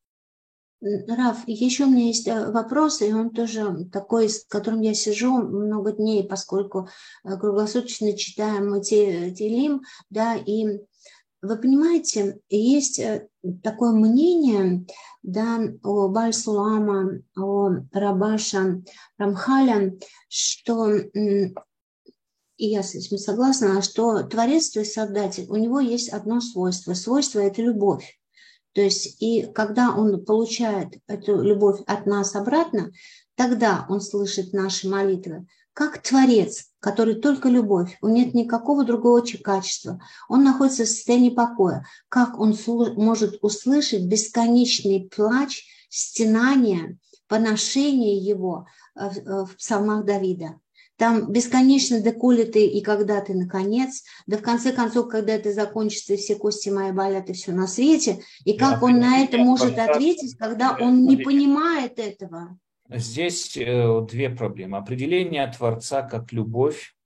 Раф, еще у меня есть вопрос, и он тоже такой, с которым я сижу много дней, поскольку круглосуточно читаем мы Теилим, да, и вы понимаете, есть такое мнение, да, о Баль-Сулама, о Рабаша Рамхаля, что, и я с этим согласна, что Творец, то есть Создатель, у него есть одно свойство. Свойство – это любовь. То есть, и когда он получает эту любовь от нас обратно, тогда он слышит наши молитвы. Как Творец, который только любовь, у него нет никакого другого качества, он находится в состоянии покоя. Как он может услышать бесконечный плач, стенание, поношение его в псалмах Давида? Там бесконечно, доколе ты и когда ты, наконец, да в конце концов, когда это закончится, и все кости мои болят, и все на свете, и как он на это может ответить, когда он не понимает этого? Здесь две проблемы. Определение Творца как любовь,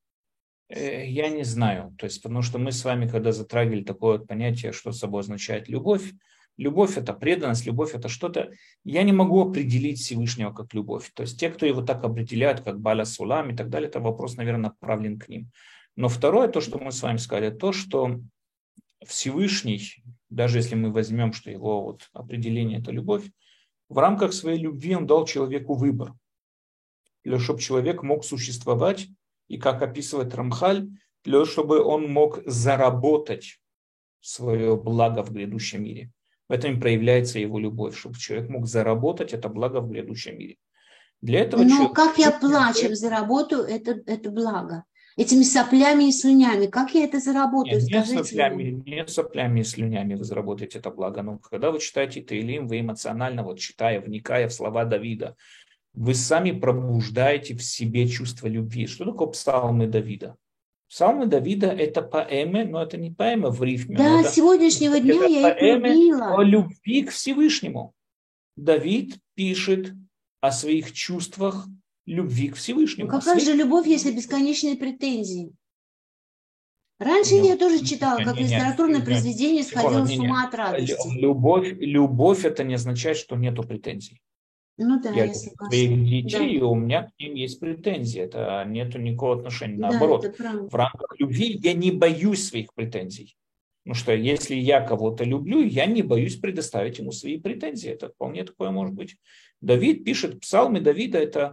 я не знаю. То есть, потому что мы с вами, когда затрагивали такое понятие, что собой означает любовь, любовь – это преданность, любовь – это что-то. Я не могу определить Всевышнего как любовь. То есть те, кто его так определяют, как Баля Сулам и так далее, это вопрос, наверное, направлен к ним. Но второе, то, что мы с вами сказали, то, что Всевышний, даже если мы возьмем, что его вот определение – это любовь, в рамках своей любви он дал человеку выбор. Для того, чтобы человек мог существовать, и как описывает Рамхаль, для того, чтобы он мог заработать свое благо в грядущем мире. В этом и проявляется его любовь, чтобы человек мог заработать это благо в грядущем мире. Для этого но как я плачем заработаю это благо? Этими соплями и слюнями. Как я это заработаю? Не соплями и слюнями вы заработаете это благо. Но когда вы читаете Теилим, вы эмоционально, вот читая, вникая в слова Давида, вы сами пробуждаете в себе чувство любви. Что такое псалмы Давида? Псалмы Давида – это поэмы, но это не поэмы в рифме. Да, с сегодняшнего дня я их любила. О любви к Всевышнему. Давид пишет о своих чувствах любви к Всевышнему. Ну какая же любовь, если бесконечные претензии? Раньше я тоже читала, как литературное произведение, сходила с ума от радости. Любовь это не означает, что нету претензий. Ну да, я согласна. Своих детей, да. И у меня к ним есть претензии. Это нету никакого отношения. Наоборот, в рамках любви я не боюсь своих претензий. Потому что если я кого-то люблю, я не боюсь предоставить ему свои претензии. Это вполне такое может быть. Давид пишет, псалмы Давида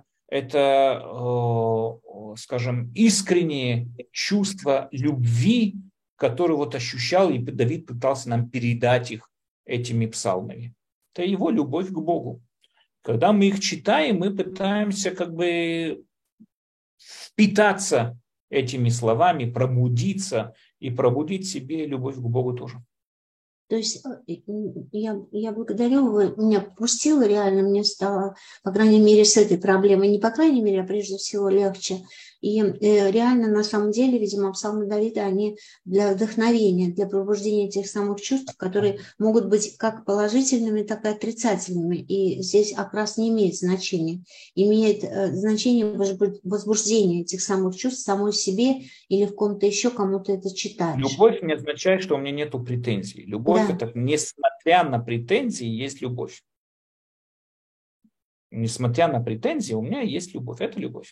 это, скажем, искреннее чувство любви, которое вот ощущал, и Давид пытался нам передать их этими псалмами. Это его любовь к Богу. Когда мы их читаем, мы пытаемся как бы впитаться этими словами, пробудиться и пробудить в себе любовь к Богу тоже. То есть я благодарю, вы меня пустило реально, мне стало, по крайней мере, с этой проблемой, не по крайней мере, а прежде всего легче. И реально, на самом деле, видимо, псалмы Давида, они для вдохновения, для пробуждения тех самых чувств, которые могут быть как положительными, так и отрицательными. И здесь окрас не имеет значения. Имеет значение возбуждения этих самых чувств самой себе или в ком-то еще, кому ты это читаешь. Любовь не означает, что у меня нету претензий. Любовь, это несмотря на претензии, есть любовь. Несмотря на претензии, у меня есть любовь. Это любовь.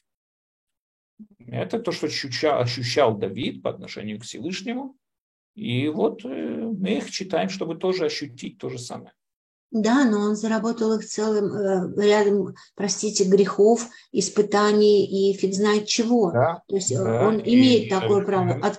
Это то, что ощущал Давид по отношению к Всевышнему. И вот мы их читаем, чтобы тоже ощутить то же самое. Да, но он заработал их целым рядом, простите, грехов, испытаний и фиг знает чего. Да, То есть да, он имеет такое право. От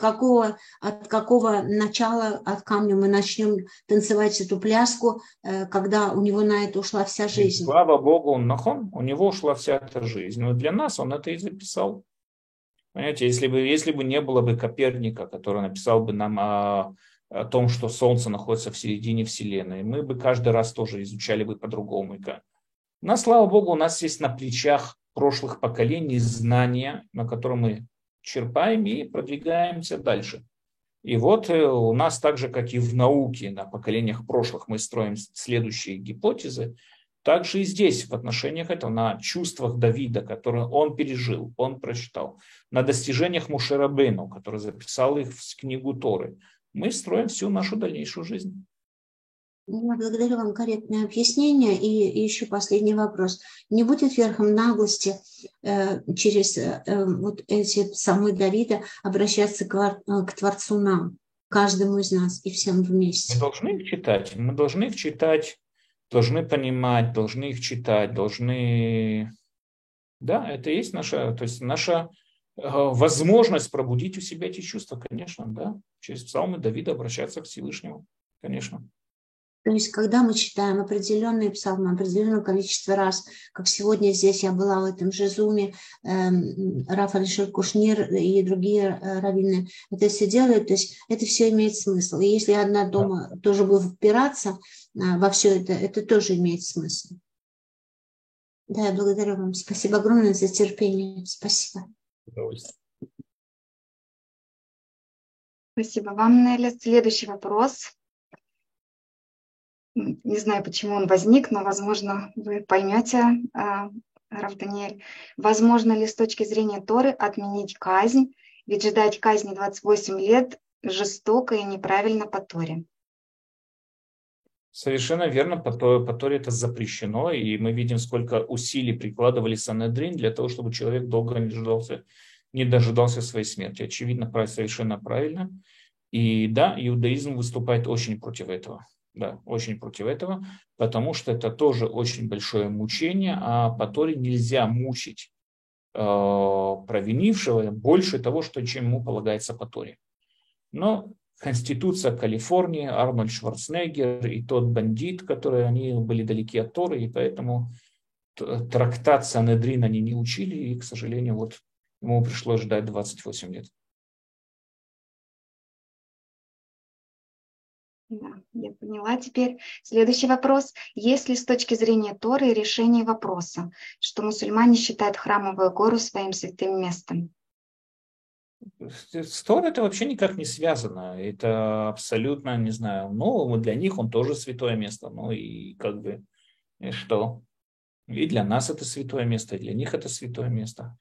какого начала, от камня мы начнем танцевать эту пляску, когда у него на это ушла вся жизнь? И, слава Богу, у него ушла вся эта жизнь. Но для нас он это и записал. Понимаете, если бы не было бы Коперника, который написал бы нам о том, что Солнце находится в середине Вселенной, мы бы каждый раз тоже изучали бы по-другому. Но, слава Богу, у нас есть на плечах прошлых поколений знания, на которые мы черпаем и продвигаемся дальше. И вот у нас так же, как и в науке, на поколениях прошлых мы строим следующие гипотезы, также и здесь в отношениях этого, на чувствах Давида, которые он пережил, он прочитал, на достижениях Моше Рабейну, который записал их в книгу Торы, мы строим всю нашу дальнейшую жизнь. Благодарю вам корректное объяснение. И еще последний вопрос. Не будет верхом наглости через вот эти псалмы Давида обращаться к Творцу нам, каждому из нас и всем вместе? Мы должны их читать, должны понимать, должны их читать, должны... Да, это и есть наша возможность пробудить у себя эти чувства, конечно, да, через псалмы Давида обращаться к Всевышнему, конечно. То есть, когда мы читаем определенные псалмы, определенное количество раз, как сегодня здесь я была в этом же зуме, Раф Алишер Кушнир и другие раввины это все делают, то есть это все имеет смысл. И если одна дома тоже будет впираться во все это тоже имеет смысл. Да, я благодарю вам. Спасибо огромное за терпение. Спасибо. Спасибо вам, Неля. Следующий вопрос. Не знаю, почему он возник, но, возможно, вы поймете, Рав Даниэль. Возможно ли с точки зрения Торы отменить казнь? Ведь ждать казни 28 лет жестоко и неправильно по Торе. Совершенно верно, по Торе это запрещено, и мы видим, сколько усилий прикладывали Санедрин для того, чтобы человек долго не дожидался своей смерти. Очевидно, совершенно правильно. И да, иудаизм выступает очень против этого. Да, очень против этого, потому что это тоже очень большое мучение, а по Торе нельзя мучить провинившего больше того, чем ему полагается по Торе. Но Конституция Калифорнии, Арнольд Шварценеггер и тот бандит, они были далеки от Торы, и поэтому трактат Санедрин они не учили, и, к сожалению, вот ему пришлось ждать 28 лет. Да, я поняла. Теперь следующий вопрос. Есть ли с точки зрения Торы решение вопроса, что мусульмане считают Храмовую гору своим святым местом? С Торой это вообще никак не связано. Это абсолютно, не знаю, для них он тоже святое место. И и что? И для нас это святое место, и для них это святое место.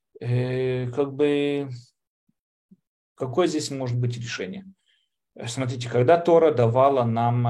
Какое здесь может быть решение? Смотрите, когда Тора давалась нам,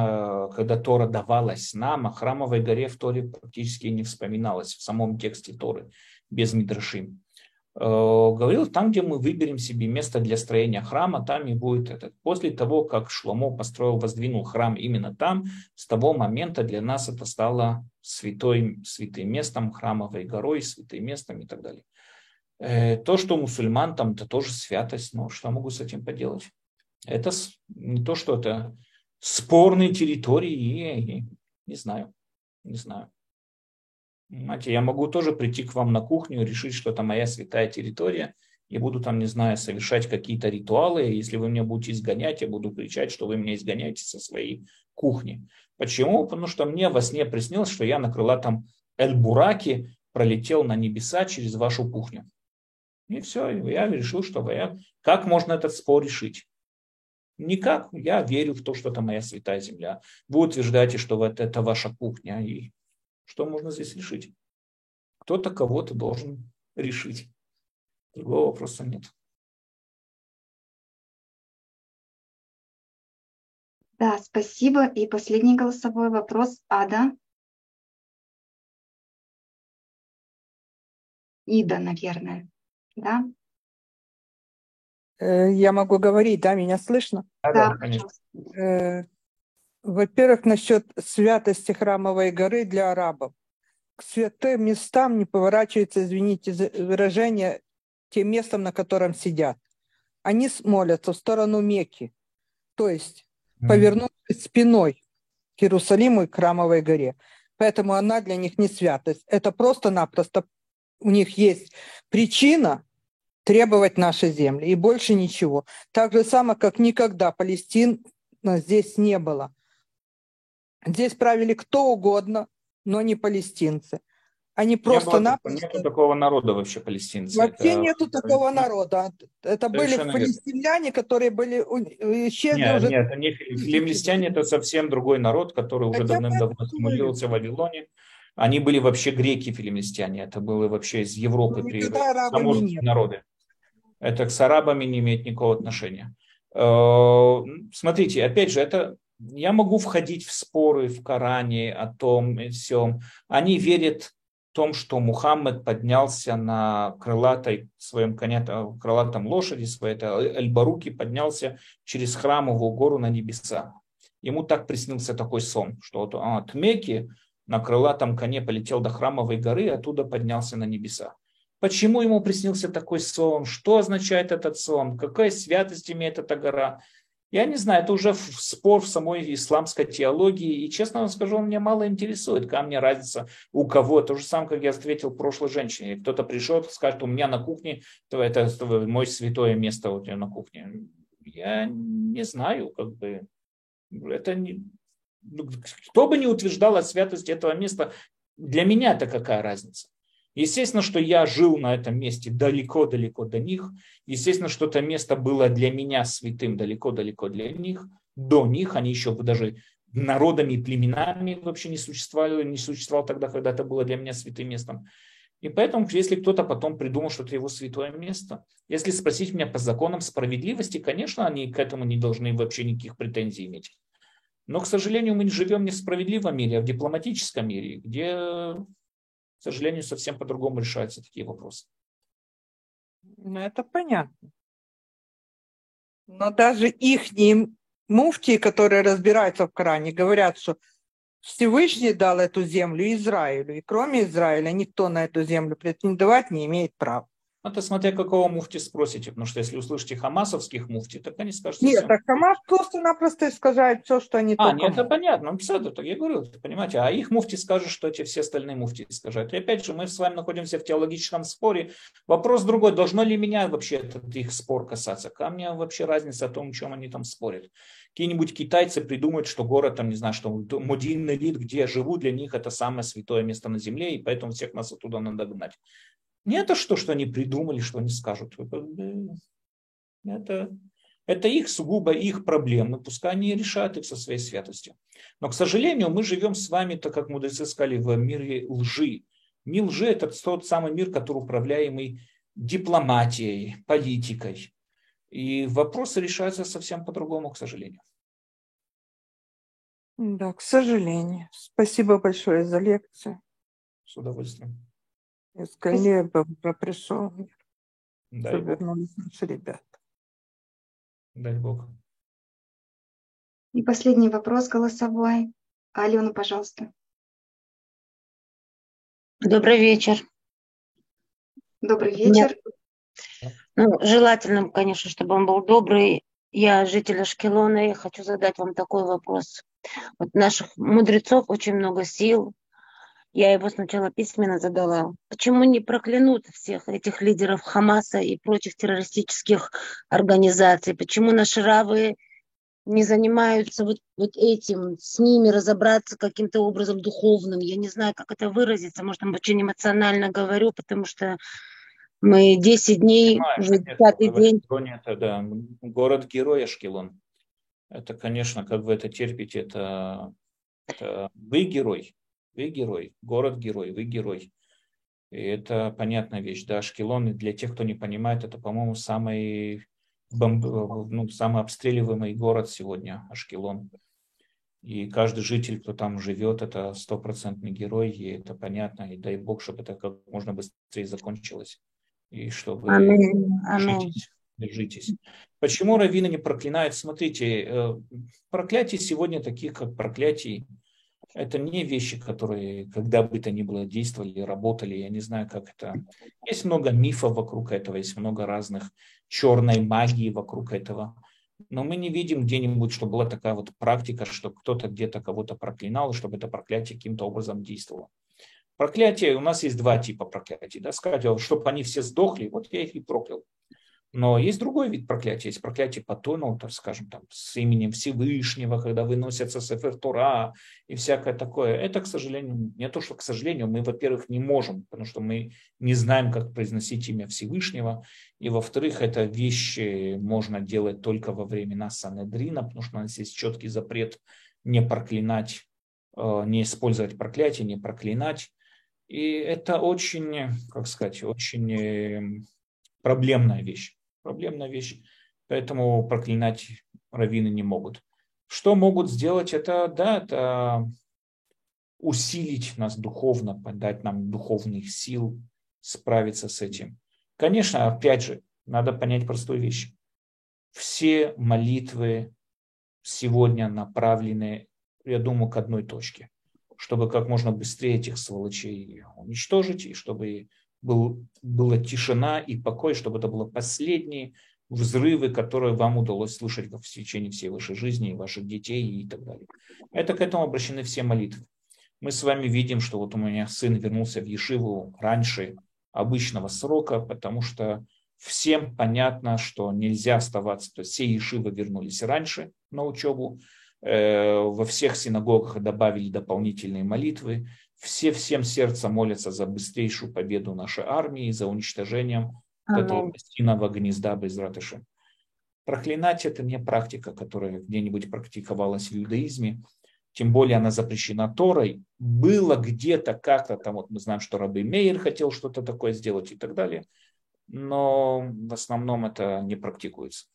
о Храмовой горе в Торе практически не вспоминалось в самом тексте Торы, без мидрашим. Говорил, там, где мы выберем себе место для строения храма, там и будет этот. После того, как Шломо воздвинул храм именно там, с того момента для нас это стало святым местом, Храмовой горой, святым местом и так далее. То, что у мусульман там, это тоже святость, но что могу с этим поделать? Это не то, что это спорные территории, не знаю. Понимаете, я могу тоже прийти к вам на кухню и решить, что это моя святая территория, и буду там, не знаю, совершать какие-то ритуалы. Если вы меня будете изгонять, я буду кричать, что вы меня изгоняете со своей кухни. Почему? Потому что мне во сне приснилось, что я на крылатом Эль-Бураке пролетел на небеса через вашу кухню. И все, я решил, что как можно этот спор решить? Никак. Я верю в то, что это моя святая земля. Вы утверждаете, что вот это ваша кухня. И что можно здесь решить? Кто-то кого-то должен решить. Другого вопроса нет. Да, спасибо. И последний голосовой вопрос. Ада. Ида, наверное. Да? Я могу говорить, да, меня слышно? Да, конечно. пожалуйста. Во-первых, насчет святости храмовой горы для арабов. К святым местам не поворачиваются, извините за выражение, тем местом, на котором сидят. Они молятся в сторону Мекки, то есть повернувшись спиной к Иерусалиму и к храмовой горе. Поэтому она для них не святость. Это просто-напросто у них есть причина требовать нашей земли, и больше ничего. Так же самое, как никогда Палестины здесь не было. Здесь правили кто угодно, но не палестинцы. Они просто-напросто... Нету такого народа вообще, палестинцы. Вообще нету такого народа. Это были филистимляне, которые были исчезли уже... Нет, филистимляне это совсем другой народ, который уже давным-давно ассимилировался в Вавилоне. Они были вообще греки-филистимляне. Это были вообще из Европы таможенные народы. Это с арабами не имеет никакого отношения. Смотрите, опять же, я могу входить в споры в Коране о том и всем. Они верят в том, что Мухаммед поднялся на своем коне, крылатом лошади, своей Эль-Баруки, поднялся через храмовую гору на небеса. Ему так приснился такой сон, что от Мекки на крылатом коне полетел до храмовой горы, оттуда поднялся на небеса. Почему ему приснился такой сон? Что означает этот сон? Какая святость имеет эта гора? Я не знаю, это уже спор в самой исламской теологии. И, честно вам скажу, он меня мало интересует. Какая мне разница у кого? То же самое, как я ответил прошлой женщине. Кто-то пришел, скажет, у меня на кухне, это мое святое место вот на кухне. Я не знаю, кто бы ни утверждал о святости этого места, для меня это какая разница? Естественно, что я жил на этом месте далеко-далеко до них. Естественно, что это место было для меня святым далеко-далеко для них. До них они еще даже народами и племенами вообще не существовал тогда, когда это было для меня святым местом. И поэтому, если кто-то потом придумал, что это его святое место, если спросить меня по законам справедливости, конечно, они к этому не должны вообще никаких претензий иметь. Но, к сожалению, мы живем не в справедливом мире, а в дипломатическом мире, где, к сожалению, совсем по-другому решаются такие вопросы. Ну, это понятно. Но даже их муфтии, которые разбираются в Коране, говорят, что Всевышний дал эту землю Израилю, и кроме Израиля никто на эту землю претендовать не имеет права. Это смотря какого муфти спросите, потому что если услышите хамасовских муфти, так они скажут... Нет, так Хамас просто-напросто искажает все, что они только... Нет, это понятно, так я говорю, понимаете, а их муфти скажут, что эти все остальные муфти искажают. И опять же, мы с вами находимся в теологическом споре. Вопрос другой, должно ли меня вообще этот их спор касаться? Ко мне вообще разница о том, о чем они там спорят. Какие-нибудь китайцы придумают, что город, там, не знаю, что Модин-Элит, где я живу, для них это самое святое место на земле, и поэтому всех нас оттуда надо гнать. Не это что они придумали, что они скажут. Это их сугубо их проблемы, пускай они решают их со своей святостью. Но, к сожалению, мы живем с вами, так как мудрецы сказали, в мире лжи. Мир лжи – это тот самый мир, который управляемый дипломатией, политикой. И вопросы решаются совсем по-другому, к сожалению. Да, к сожалению. Спасибо большое за лекцию. С удовольствием. Скорее бы пришел мир. Дай Бог. Вернулись наши ребята. Дай Бог. И последний вопрос голосовой. Алена, пожалуйста. Добрый вечер. Добрый вечер. Желательно, конечно, чтобы он был добрый. Я житель Ашкелона, и хочу задать вам такой вопрос. Вот наших мудрецов очень много сил, Я его сначала письменно задала. Почему не проклянут всех этих лидеров Хамаса и прочих террористических организаций? Почему наши раввы не занимаются вот этим, с ними разобраться каким-то образом духовным? Я не знаю, как это выразиться. Может, очень эмоционально говорю, потому что мы 10 дней, Понимаю, уже конечно, 10-й в день. Ашкелоне это, да, город-герой Ашкелон. Это, конечно, как вы это терпите, это вы герой, город-герой, вы герой. И это понятная вещь, да, Ашкелон, для тех, кто не понимает, это, по-моему, самый обстреливаемый город сегодня, Ашкелон. И каждый житель, кто там живет, это стопроцентный герой, и это понятно. И дай Бог, чтобы это как можно быстрее закончилось. И чтобы Аминь. Аминь. держитесь. Почему раввины не проклинают? Смотрите, проклятия сегодня таких, как проклятий, это не вещи, которые когда бы то ни было действовали, работали. Я не знаю, как это. Есть много мифов вокруг этого, есть много разных черной магии вокруг этого. Но мы не видим где-нибудь, что была такая вот практика, что кто-то где-то кого-то проклинал, и чтобы это проклятие каким-то образом действовало. Проклятие, у нас есть два типа проклятий. Да, сказать, чтобы они все сдохли, вот я их и проклял. Но есть другой вид проклятия. Есть проклятие по тону, так скажем, там, с именем Всевышнего, когда выносятся Сефер Тора и всякое такое. Это, к сожалению, не то, что к сожалению, мы, во-первых, не можем, потому что мы не знаем, как произносить имя Всевышнего. И, во-вторых, это вещи можно делать только во времена Санедрина, потому что у нас есть четкий запрет не проклинать, не использовать проклятие, не проклинать. И это очень, как сказать, очень проблемная вещь. Проблемная вещь. Поэтому проклинать раввины не могут. Что могут сделать? Это, да, это усилить нас духовно, дать нам духовных сил справиться с этим. Конечно, опять же, надо понять простую вещь. Все молитвы сегодня направлены, я думаю, к одной точке. Чтобы как можно быстрее этих сволочей уничтожить, и чтобы была тишина и покой, чтобы это было последние взрывы, которые вам удалось слышать в течение всей вашей жизни, и ваших детей и так далее. Это к этому обращены все молитвы. Мы с вами видим, что вот у меня сын вернулся в Ешиву раньше обычного срока, потому что всем понятно, что нельзя оставаться. То есть все Ешивы вернулись раньше на учебу, во всех синагогах добавили дополнительные молитвы, все всем сердцем молятся за быстрейшую победу нашей армии, за уничтожением вот этого Аминь. осиного гнезда Безрат Ашем. Проклинать – это не практика, которая где-нибудь практиковалась в иудаизме, тем более она запрещена Торой. Было где-то как-то, там вот мы знаем, что Раби Мейер хотел что-то такое сделать и так далее, но в основном это не практикуется.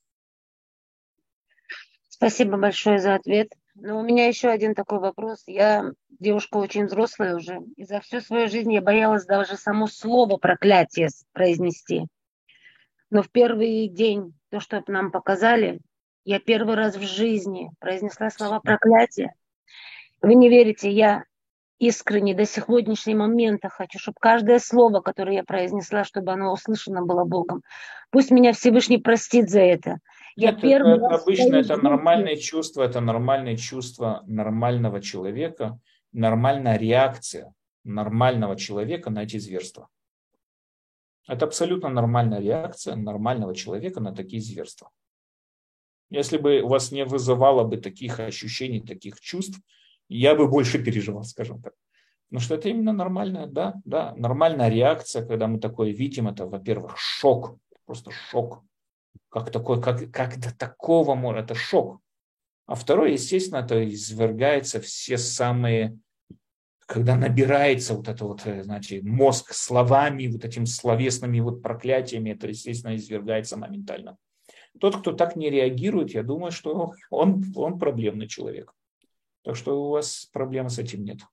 Спасибо большое за ответ. Но у меня еще один такой вопрос. Я девушка очень взрослая уже, и за всю свою жизнь я боялась даже само слово проклятие произнести. Но в первый день, то, что нам показали, я первый раз в жизни произнесла слова проклятия. Вы не верите, я искренне до сегодняшнего момента хочу, чтобы каждое слово, которое я произнесла, чтобы оно услышано было Богом. Пусть меня Всевышний простит за это. Я Нет, это первый раз в обычно своей это жизни. нормальные чувства нормального человека, нормальная реакция нормального человека на эти зверства. Это абсолютно нормальная реакция нормального человека на такие зверства. Если бы у вас не вызывало бы таких ощущений, таких чувств, я бы больше переживал, скажем так. Потому что это именно нормальная, да, нормальная реакция, когда мы такое видим, это, во-первых, шок, просто шок. Как до такого можно, это шок. А второе, естественно, это извергается все самые, когда набирается вот это вот, знаете, мозг словами, вот этими словесными вот проклятиями, это, естественно, извергается моментально. Тот, кто так не реагирует, я думаю, что он проблемный человек. Так что у вас проблемы с этим нет.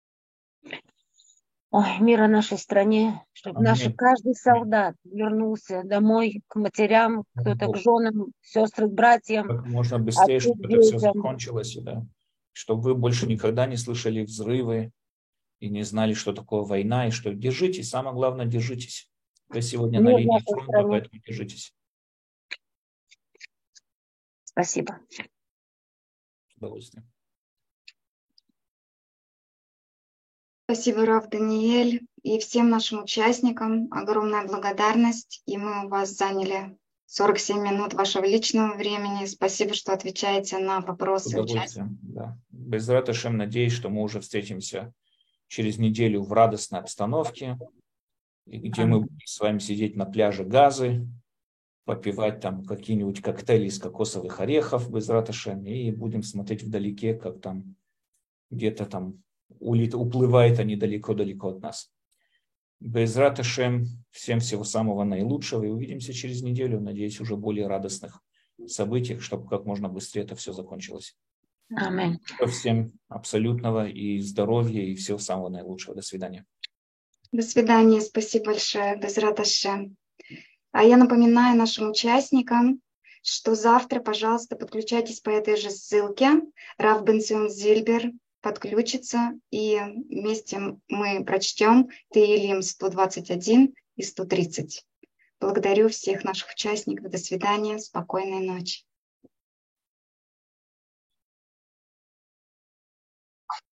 Ой, мира нашей стране, чтобы Аминь. каждый солдат вернулся домой к матерям, кто-то к Бог. женам, сестры к братьям, Как можно быстрее, отцы к чтобы это все детям. закончилось, да. Чтобы вы больше никогда не слышали взрывы и не знали, что такое война, и что держитесь, самое главное, держитесь. Вы сегодня на Мир линии нашей фронта, стране. поэтому держитесь. Спасибо. С удовольствием. Спасибо, Рав Даниэль. И всем нашим участникам огромная благодарность. И мы у вас заняли 47 минут вашего личного времени. Спасибо, что отвечаете на С вопросы участников. удовольствием, да. Безрат Ашем, надеюсь, что мы уже встретимся через неделю в радостной обстановке, где мы будем с вами сидеть на пляже Газы, попивать там какие-нибудь коктейли из кокосовых орехов, Безрат Ашем, и будем смотреть вдалеке, как там где-то там уплывает они далеко-далеко от нас. Безрат Ашем, всем всего самого наилучшего, и увидимся через неделю, надеюсь, уже более радостных событиях, чтобы как можно быстрее это все закончилось. Аминь. Всем абсолютного и здоровья, и всего самого наилучшего. До свидания. До свидания. Спасибо большое. Безрат Ашем. А я напоминаю нашим участникам, что завтра, пожалуйста, подключайтесь по этой же ссылке. Рав Бен-Цион Зильбер подключится, и вместе мы прочтем Теилим 121 и 130. Благодарю всех наших участников. До свидания. Спокойной ночи.